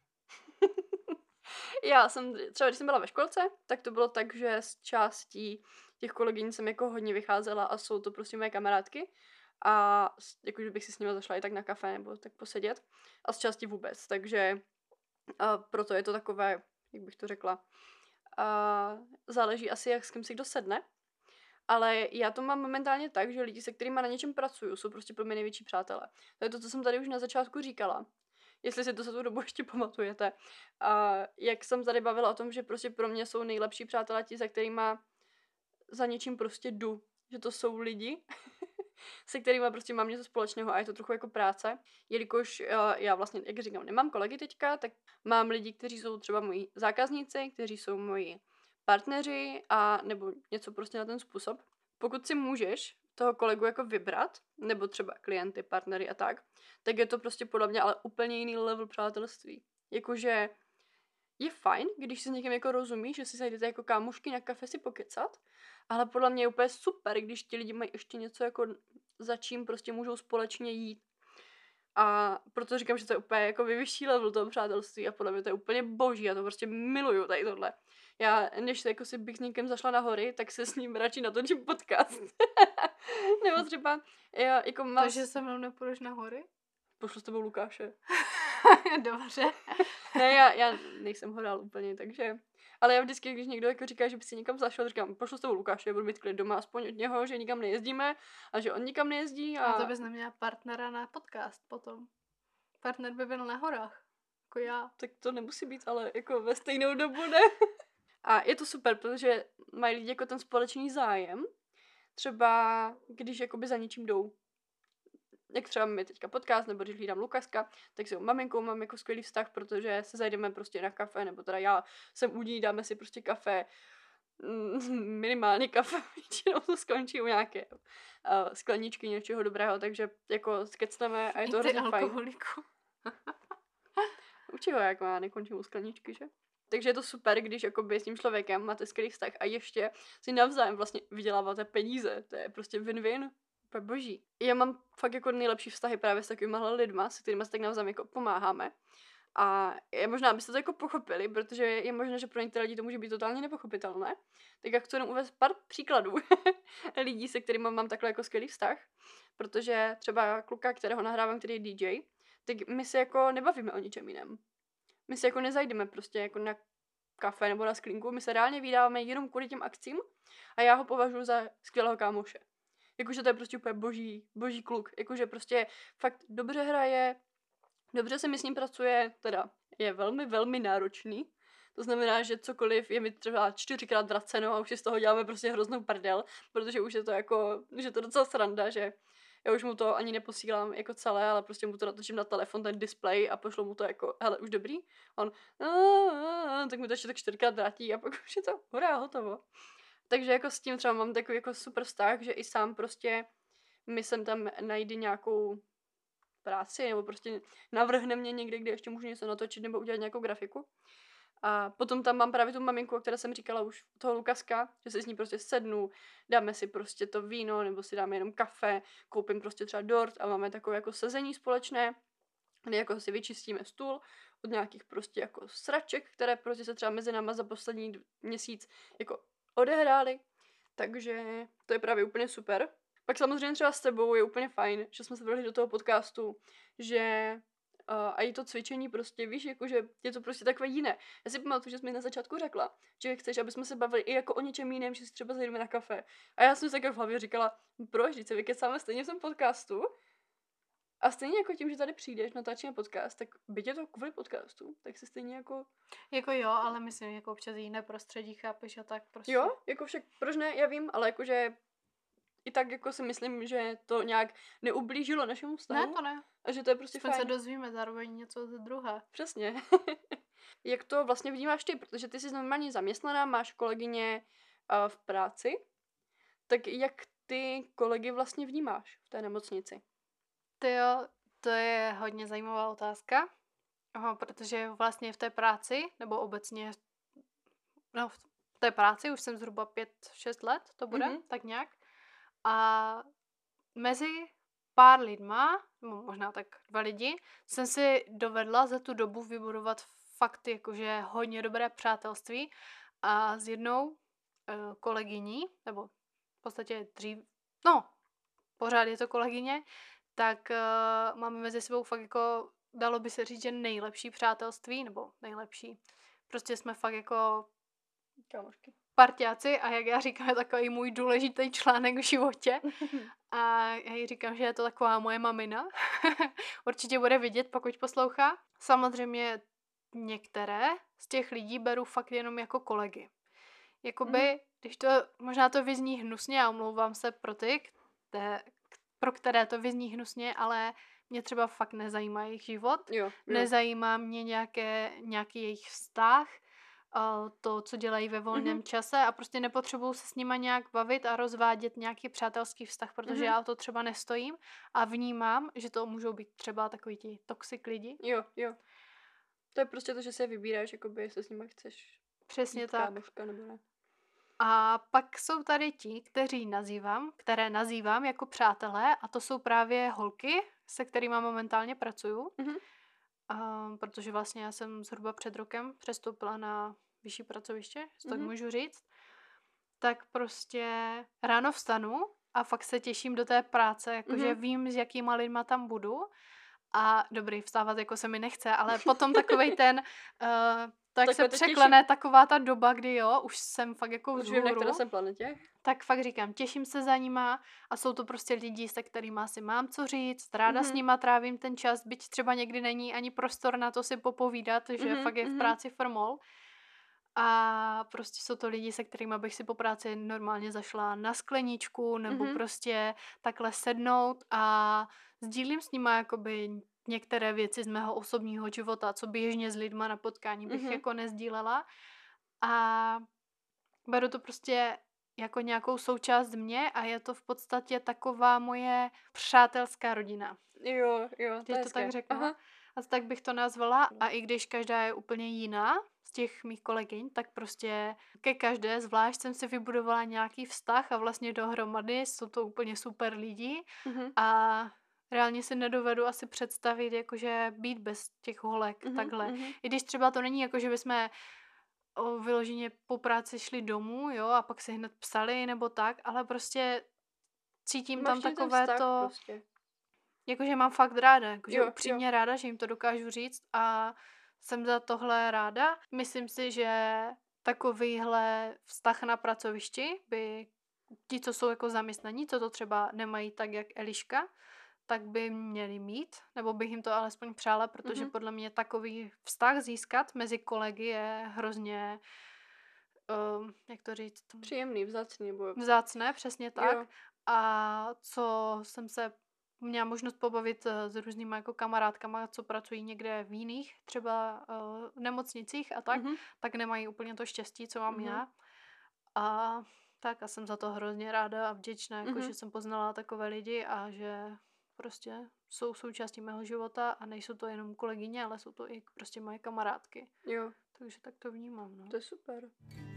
Já jsem, třeba když jsem byla ve školce, tak to bylo tak, že z částí těch kolegyň jsem jako hodně vycházela a jsou to prostě moje kamarádky. A jakože bych si s nimi zašla i tak na kafe nebo tak posedět. A z části vůbec, takže uh, proto je to takové, jak bych to řekla, uh, záleží asi, jak s kým si kdo sedne. Ale já to mám momentálně tak, že lidi, se kterými na něčem pracuju, jsou prostě pro mě největší přátelé. To je to, co jsem tady už na začátku říkala. Jestli si to za tu dobu ještě pamatujete. A jak jsem tady bavila o tom, že prostě pro mě jsou nejlepší přátelé ti, za kterými za něčím prostě jdu. Že to jsou lidi, se kterými prostě mám něco společného a je to trochu jako práce. Jelikož uh, já vlastně, jak říkám, nemám kolegy teďka, tak mám lidi, kteří jsou třeba moji zákazníci, kteří jsou moji partneři a nebo něco prostě na ten způsob. Pokud si můžeš toho kolegu jako vybrat, nebo třeba klienty, partnery a tak, tak je to prostě podle mě ale úplně jiný level přátelství. Jakože je fajn, když si s někým jako rozumíš, že si zajdete jako kámošky na kafe si pokecat, ale podle mě je úplně super, když ti lidi mají ještě něco jako za čím prostě můžou společně jít. A proto říkám, že to je úplně jako vyšší level toho přátelství a podle mě to je úplně boží, já to prostě miluju tady tohle. Já, než se jako si bych s někým zašla na hory, tak se s ním radši natočím podcast. Nebo třeba, já, jako mám... Takže se mnou nepůjdeš na hory? Pošlu s tebou Lukáše. Dobře. Ne, já, já nejsem horál úplně, takže... Ale já vždycky, když někdo jako říká, že by si někam zašel, říkám, pošlu s tebou Lukáše, budu mít klid doma aspoň od něho, že nikam nejezdíme a že on nikam nejezdí. A, a to bys neměla partnera na podcast potom. Partner by byl na horách. Jako já. Tak to nemusí být, ale jako ve stejnou dobu, ne? A je to super, protože mají lidi jako ten společný zájem. Třeba, když jakoby za něčím jdou. Jak třeba máme teďka podcast, nebo když hlídám Lukaska, tak s jeho maminkou mám jako skvělý vztah, protože se zajdeme prostě na kafe, nebo teda já jsem u ní, dáme si prostě kafe, minimálně kafe, většinou to skončí u nějaké uh, skleničky něčeho dobrého, takže jako skecneme a je to hrozně fajn. Učí ho, jak má, nekončím u skleničky, že? Takže je to super, když jakoby s tím člověkem máte skvělý vztah a ještě si navzájem vlastně vyděláváte peníze. To je prostě win-win. To je boží. Já mám fakt jako nejlepší vztahy právě s takovýma lidma, s kterými se tak navzájem jako pomáháme. A je možná, abyste to jako pochopili, protože je možné, že pro některé lidi to může být totálně nepochopitelné. Tak jak chci jenom uvést pár příkladů lidí, se kterými mám takhle jako skvělý vztah. Protože třeba kluka, kterého nahrávám, který je D J, tak my se jako nebavíme o ničem jiném. My se jako nezajdeme prostě jako na kafe nebo na sklinku, my se reálně vydáváme jenom kvůli těm akcím a já ho považuji za skvělého kámoše. Jakože to je prostě úplně boží, boží kluk. Jakože prostě fakt dobře hraje, dobře se mi s ním pracuje, teda je velmi, velmi náročný. To znamená, že cokoliv je mi třeba čtyřikrát vraceno a už si z toho děláme prostě hroznou prdel, protože už je to jako, že to docela sranda, že já už mu to ani neposílám jako celé, ale prostě mu to natočím na telefon, ten display a pošlu mu to jako, hele, už dobrý? A on, tak mi to ještě tak čtyřikrát vrátí a pak už je to hurá, hotovo. Takže jako s tím třeba mám takový jako super vztah, že i sám prostě mi sem tam najde nějakou práci, nebo prostě navrhne mě někde, kde ještě můžu něco natočit nebo udělat nějakou grafiku. A potom tam mám právě tu maminku, o které jsem říkala už toho Lukaska, že si s ní prostě sednu, dáme si prostě to víno, nebo si dáme jenom kafe, koupím prostě třeba dort a máme takové jako sezení společné, kde jako si vyčistíme stůl od nějakých prostě jako sraček, které prostě se třeba mezi náma za poslední měsíc jako odehrály. Takže to je právě úplně super. Pak samozřejmě třeba s tebou je úplně fajn, že jsme se vrhli do toho podcastu, že uh, a i to cvičení prostě, víš, jakože je to prostě takové jiné. Já si pamatuju, že jsi mi na začátku řekla, že chceš, aby jsme se bavili i jako o něčem jiném, že si třeba zajdeme na kafe. A já jsem si tak v hlavě říkala, proč, když se vykecáme stejně v tom podcastu, a stejně jako tím, že tady přijdeš, natáčíme podcast, tak byť je to kvůli podcastu, tak se stejně jako... Jako jo, ale myslím, jako občas jiné prostředí, chápeš, a tak prostě. Jo, jako však, proč ne, já vím, ale jakože i tak jako si myslím, že to nějak neublížilo našemu vztahu. Ne, to ne. A že to je prostě Jsme fajn. se dozvíme zároveň něco ze druhé. Přesně. Jak to vlastně vnímáš ty, protože ty jsi normálně zaměstnaná, máš kolegyně uh, v práci, tak jak ty kolegy vlastně vnímáš v té nemocnici? To jo, to je hodně zajímavá otázka, Aha, protože vlastně v té práci, nebo obecně, no v té práci už jsem zhruba pět šest let, to bude, Mhm. tak nějak. A mezi pár lidma, nebo možná tak dva lidi, jsem si dovedla za tu dobu vybudovat fakt jakože hodně dobré přátelství a s jednou uh, kolegyní, nebo v podstatě dřív, no, pořád je to kolegyně, tak uh, máme mezi sebou fakt jako, dalo by se říct, že nejlepší přátelství, nebo nejlepší. Prostě jsme fakt jako Kámošky. parťáci a jak já říkám, je takový můj důležitý článek v životě. A já jí říkám, že je to taková moje mamina. Určitě bude vidět, pokud poslouchá. Samozřejmě některé z těch lidí beru fakt jenom jako kolegy. Jakoby, mm. když to, možná to vyzní hnusně, a omlouvám se pro ty, které, pro které to vyzní hnusně, ale mě třeba fakt nezajímá jejich život. Jo, jo. Nezajímá mě nějaké, nějaký jejich vztah, to, co dělají ve volném mm-hmm. čase a prostě nepotřebuju se s nima nějak bavit a rozvádět nějaký přátelský vztah, protože mm-hmm. já o to třeba nestojím a vnímám, že to můžou být třeba takový ti toxic lidi. Jo, jo. To je prostě to, že se je vybíráš, jakoby, jestli s nimi chceš Přesně být tak. kámoška nebo ne. A pak jsou tady ti, kteří nazývám, které nazývám jako přátelé, a to jsou právě holky, se kterými momentálně pracuju. Mhm. A, protože vlastně já jsem zhruba před rokem přestoupila na vyšší pracoviště, jestli tak Mhm. můžu říct. Tak prostě ráno vstanu a fakt se těším do té práce, jakože Mhm. vím, s jakýma lidma tam budu. A dobrý, vstávat jako se mi nechce, ale potom takovej ten, uh, tak Takhle se to těším. překlene taková ta doba, kdy jo, už jsem fakt jako Už vím, na které vzhůru, jsem planetě. tak fakt říkám, těším se za nima a jsou to prostě lidi, se kterými si mám co říct, ráda s Mhm. nima trávím ten čas, byť třeba někdy není ani prostor na to si popovídat, že Mhm, fakt je v mhm. práci formol. A prostě jsou to lidi, se kterými bych si po práci normálně zašla na skleničku nebo Mhm. prostě takhle sednout a sdílím s nima jakoby některé věci z mého osobního života, co běžně s lidma na potkání bych Mhm. jako nezdílela. A beru to prostě jako nějakou součást mě a je to v podstatě taková moje přátelská rodina. Jo, jo, to Když je to tak hezké. řeknu. Aha. A tak bych to nazvala. A i když každá je úplně jiná z těch mých kolegyň, tak prostě ke každé zvlášť jsem si vybudovala nějaký vztah a vlastně dohromady jsou to úplně super lidi. Mhm. A reálně si nedovedu asi představit, jakože být bez těch holek Mhm, takhle. mhm. I když třeba to není jako, že bychom o, vyloženě po práci šli domů, jo, a pak si hned psali nebo tak, ale prostě cítím Máš tam ten takové vztah to, prostě. jakože mám fakt ráda, jakože Jo, jo. upřímně ráda, že jim to dokážu říct a jsem za tohle ráda. Myslím si, že takovýhle vztah na pracovišti by ti, co jsou jako zaměstnaní, co to třeba nemají tak, jak Eliška, tak by měli mít, nebo bych jim to alespoň přála, protože Mhm. podle mě takový vztah získat mezi kolegy je hrozně, um, jak to říct, Příjemný, vzácný, nebo... vzácné, přesně tak. Jo. A co jsem se měla možnost pobavit eh, s různýma jako kamarádkama, co pracují někde v jiných třeba uh, nemocnicích a tak, Mhm. tak nemají úplně to štěstí, co mám Mhm. já. A tak a jsem za to hrozně ráda a vděčná, jako, Mhm. že jsem poznala takové lidi a že prostě jsou součástí mého života a nejsou to jenom kolegyně, ale jsou to i prostě moje kamarádky. Jo, Takže tak to vnímám, no. to je super.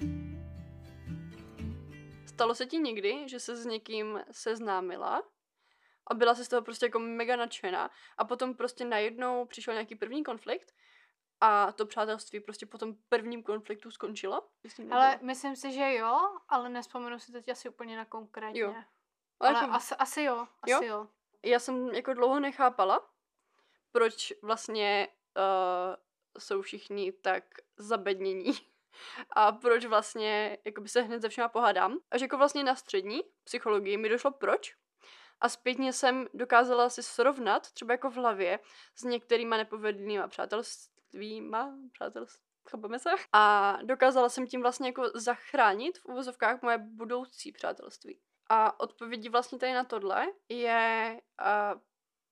Stalo se ti někdy, že se s někým seznámila a byla jsi z toho prostě jako mega nadšená a potom prostě najednou přišel nějaký první konflikt a to přátelství prostě po tom prvním konfliktu skončilo? Ale myslím si, že jo, ale nespomenu si teď asi úplně na konkrétně. Jo. Ale, Ale ale jako, asi, asi jo, asi Jo? jo. jo. já jsem jako dlouho nechápala, proč vlastně uh, jsou všichni tak zabednění a proč vlastně jakoby se hned ze všema pohádám. Až jako vlastně na střední psychologii mi došlo proč. A zpětně jsem dokázala si srovnat, třeba jako v hlavě, s některýma nepovedenýma přátelstvíma, přátelství, chápeme se? A dokázala jsem tím vlastně jako zachránit v uvozovkách moje budoucí přátelství. A odpovědí vlastně tady na tohle je uh,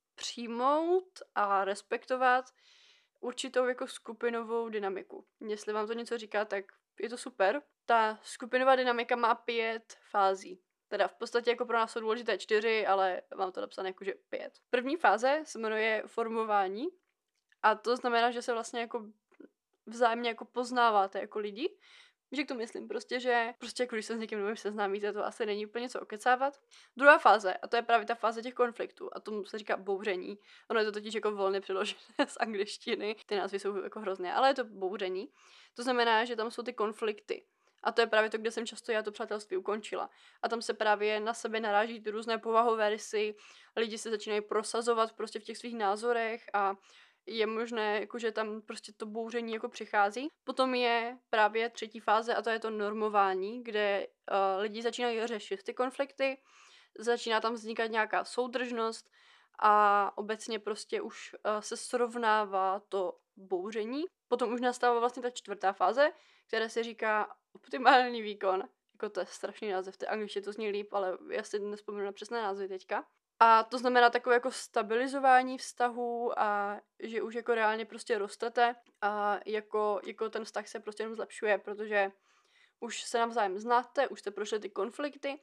přijmout a respektovat určitou jako skupinovou dynamiku. Jestli vám to něco říká, tak je to super. Ta skupinová dynamika má pět fází. Teda v podstatě jako pro nás jsou důležité čtyři, ale mám to napsané jako že pět. První fáze se jmenuje formování a to znamená, že se vlastně jako vzájemně jako poznáváte jako lidi. Víš, jak to myslím? Prostě, že prostě jako když se s někým novým seznámíte, to asi není úplně co okecávat. Druhá fáze, a to je právě ta fáze těch konfliktů, a tomu se říká bouření. Ono je to totiž jako volně přeložené z angličtiny. Ty názvy jsou jako hrozné, ale je to bouření. To znamená, že tam jsou ty konflikty. A to je právě to, kde jsem často já to přátelství ukončila. A tam se právě na sebe naráží ty různé povahové rysy, lidi se začínají prosazovat prostě v těch svých názorech a je možné, jako, že tam prostě to bouření jako přichází. Potom je právě třetí fáze a to je to normování, kde uh, lidi začínají řešit ty konflikty, začíná tam vznikat nějaká soudržnost a obecně prostě už uh, se srovnává to bouření. Potom už nastává vlastně ta čtvrtá fáze, která se říká optimální výkon. Jako to je strašný název, v té angličtině to zní líp, ale já si nespomenu na přesné názvy teďka. A to znamená takové jako stabilizování vztahu a že už jako reálně prostě rostete a jako, jako ten vztah se prostě jenom zlepšuje, protože už se navzájem znáte, už jste prošli ty konflikty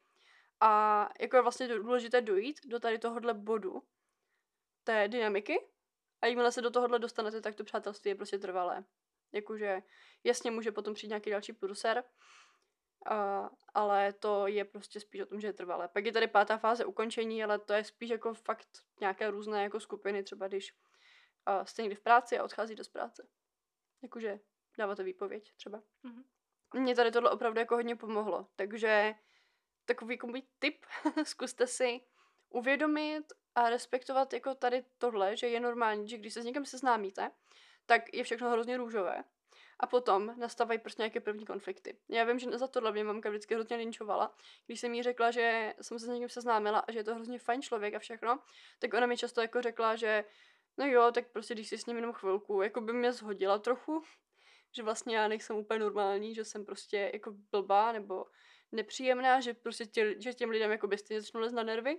a jako je vlastně důležité dojít do tady tohohle bodu té dynamiky A jakmile se do tohohle dostanete, tak to přátelství je prostě trvalé. Jakože jasně může potom přijít nějaký další průser, uh, ale to je prostě spíš o tom, že je trvalé. Pak je tady pátá fáze ukončení, ale to je spíš jako fakt nějaké různé jako skupiny, třeba když uh, jste někdy v práci a odcházíte z práce. Jakože dáváte výpověď třeba. Mm-hmm. Mně tady tohle opravdu jako hodně pomohlo, takže takový jako můj tip, zkuste si uvědomit a respektovat jako tady tohle, že je normální, že když se s někým seznámíte, tak je všechno hrozně růžové. A potom nastávají prostě nějaké první konflikty. Já vím, že za tohle mě mamka vždycky hrozně linčovala. Když jsem jí řekla, že jsem se s někým seznámila a že je to hrozně fajn člověk a všechno, tak ona mi často jako řekla, že no jo, tak prostě když si s ním jenom chvilku, jako by mě zhodila trochu, že vlastně já nejsem úplně normální, že jsem prostě jako blbá nebo nepříjemná, že prostě tě, že těm lidem jako by stejně začnou lézt na nervy.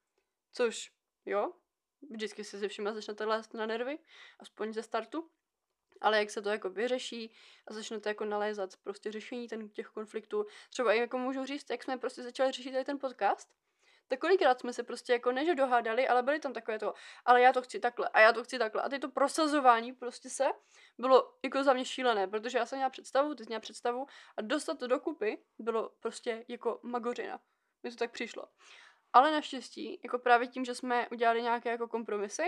Což jo, vždycky si ze všema začnete lézt na nervy, aspoň ze startu. Ale jak se to jako vyřeší a začnete jako nalézat prostě řešení ten, těch konfliktů. Třeba i jako můžu říct, jak jsme prostě začali řešit tady ten podcast, tak kolikrát jsme se prostě jako ne, že dohádali, ale byly tam takové to, ale já to chci takhle a já to chci takhle. A teď to prosazování prostě se bylo jako za mě šílené, protože já jsem měla představu, ty jsi měla představu a dostat to dokupy bylo prostě jako magořina. Mně to tak přišlo. Ale naštěstí, jako právě tím, že jsme udělali nějaké jako kompromisy,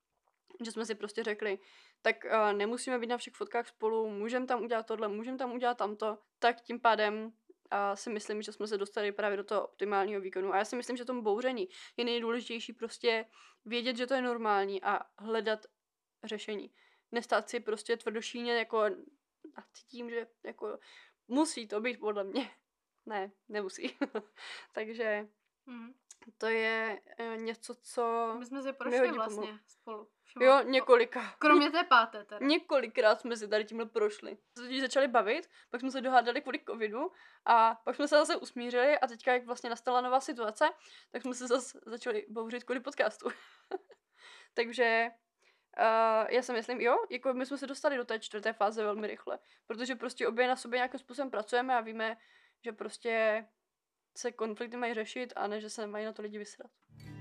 že jsme si prostě řekli, tak uh, nemusíme být na všech fotkách spolu, můžeme tam udělat tohle, můžeme tam udělat tamto, tak tím pádem a si myslím, že jsme se dostali právě do toho optimálního výkonu. A já si myslím, že tomu bouření je nejdůležitější prostě vědět, že to je normální a hledat řešení. Nestát si prostě tvrdošíně jako a cítím, že jako musí to být podle mě. Ne, nemusí. Takže mm. to je uh, něco, co my jsme si prošli vlastně pomohl. Spolu. Všimla. Jo, několika. Kromě té páté teda. Několikrát jsme si tady tímhle prošli. Když začali bavit, pak jsme se dohádali kvůli covidu a pak jsme se zase usmířili a teďka, jak vlastně nastala nová situace, tak jsme se zase začali bouřit kvůli podcastu. Takže uh, já si myslím, jo, jako my jsme se dostali do té čtvrté fáze velmi rychle, protože prostě obě na sobě nějakým způsobem pracujeme a víme, že prostě se konflikty mají řešit a ne, že se mají na to lidi vysrat.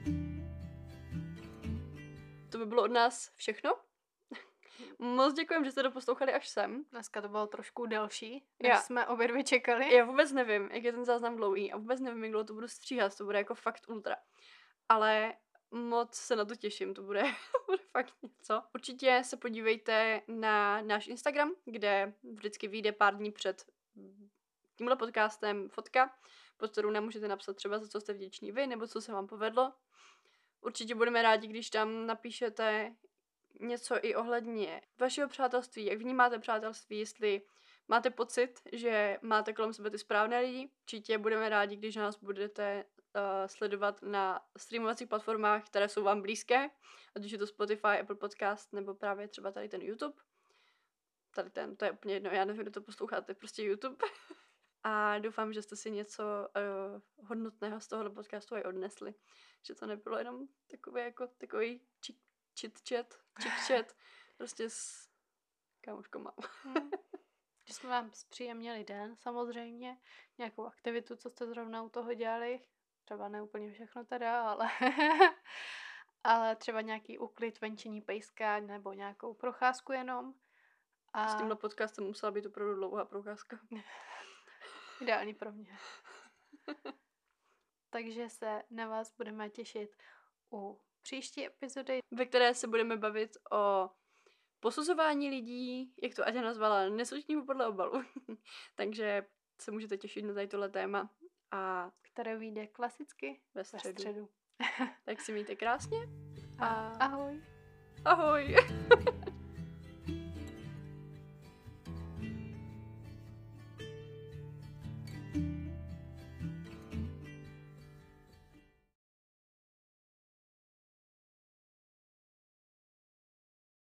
To by bylo od nás všechno. Moc děkujem, že jste to poslouchali až sem. Dneska to bylo trošku delší, než já. jsme obě dvě čekali. Já vůbec nevím, jak je ten záznam dlouhý a vůbec nevím, jak dlouho to budu stříhat, to bude jako fakt ultra. Ale moc se na to těším, to bude, to bude fakt něco. Určitě se podívejte na náš Instagram, kde vždycky vyjde pár dní před tímhle podcastem fotka, pod kterou nám můžete napsat třeba, za co jste vděční vy, nebo co se vám povedlo. Určitě budeme rádi, když tam napíšete něco i ohledně vašeho přátelství, jak vnímáte přátelství, jestli máte pocit, že máte kolem sebe ty správné lidi. Určitě budeme rádi, když nás budete uh, sledovat na streamovacích platformách, které jsou vám blízké, ať už je to Spotify, Apple Podcast, nebo právě třeba tady ten YouTube. Tady ten, to je úplně jedno, já nevím, kdo to posloucháte, prostě YouTube. A doufám, že jste si něco uh, hodnotného z tohohle podcastu aj odnesli. Že to nebylo jenom takový jako takový chit-chat, chit-chat, prostě s kámoškama. Hmm. Že jsme vám zpříjemnili den, samozřejmě. Nějakou aktivitu, co jste zrovna u toho dělali. Třeba ne úplně všechno teda, ale... ale třeba nějaký uklid, venčení pejska, nebo nějakou procházku jenom. A... S tímhle podcastem musela být opravdu dlouhá procházka. Ideální pro mě. Takže se na vás budeme těšit u příští epizody, ve které se budeme bavit o posuzování lidí, jak to Aďa nazvala, nesučnímu podle obalu. Takže se můžete těšit na tady tohle téma. A které vyjde klasicky ve středu. Ve středu. Tak si mějte krásně. A ahoj. Ahoj.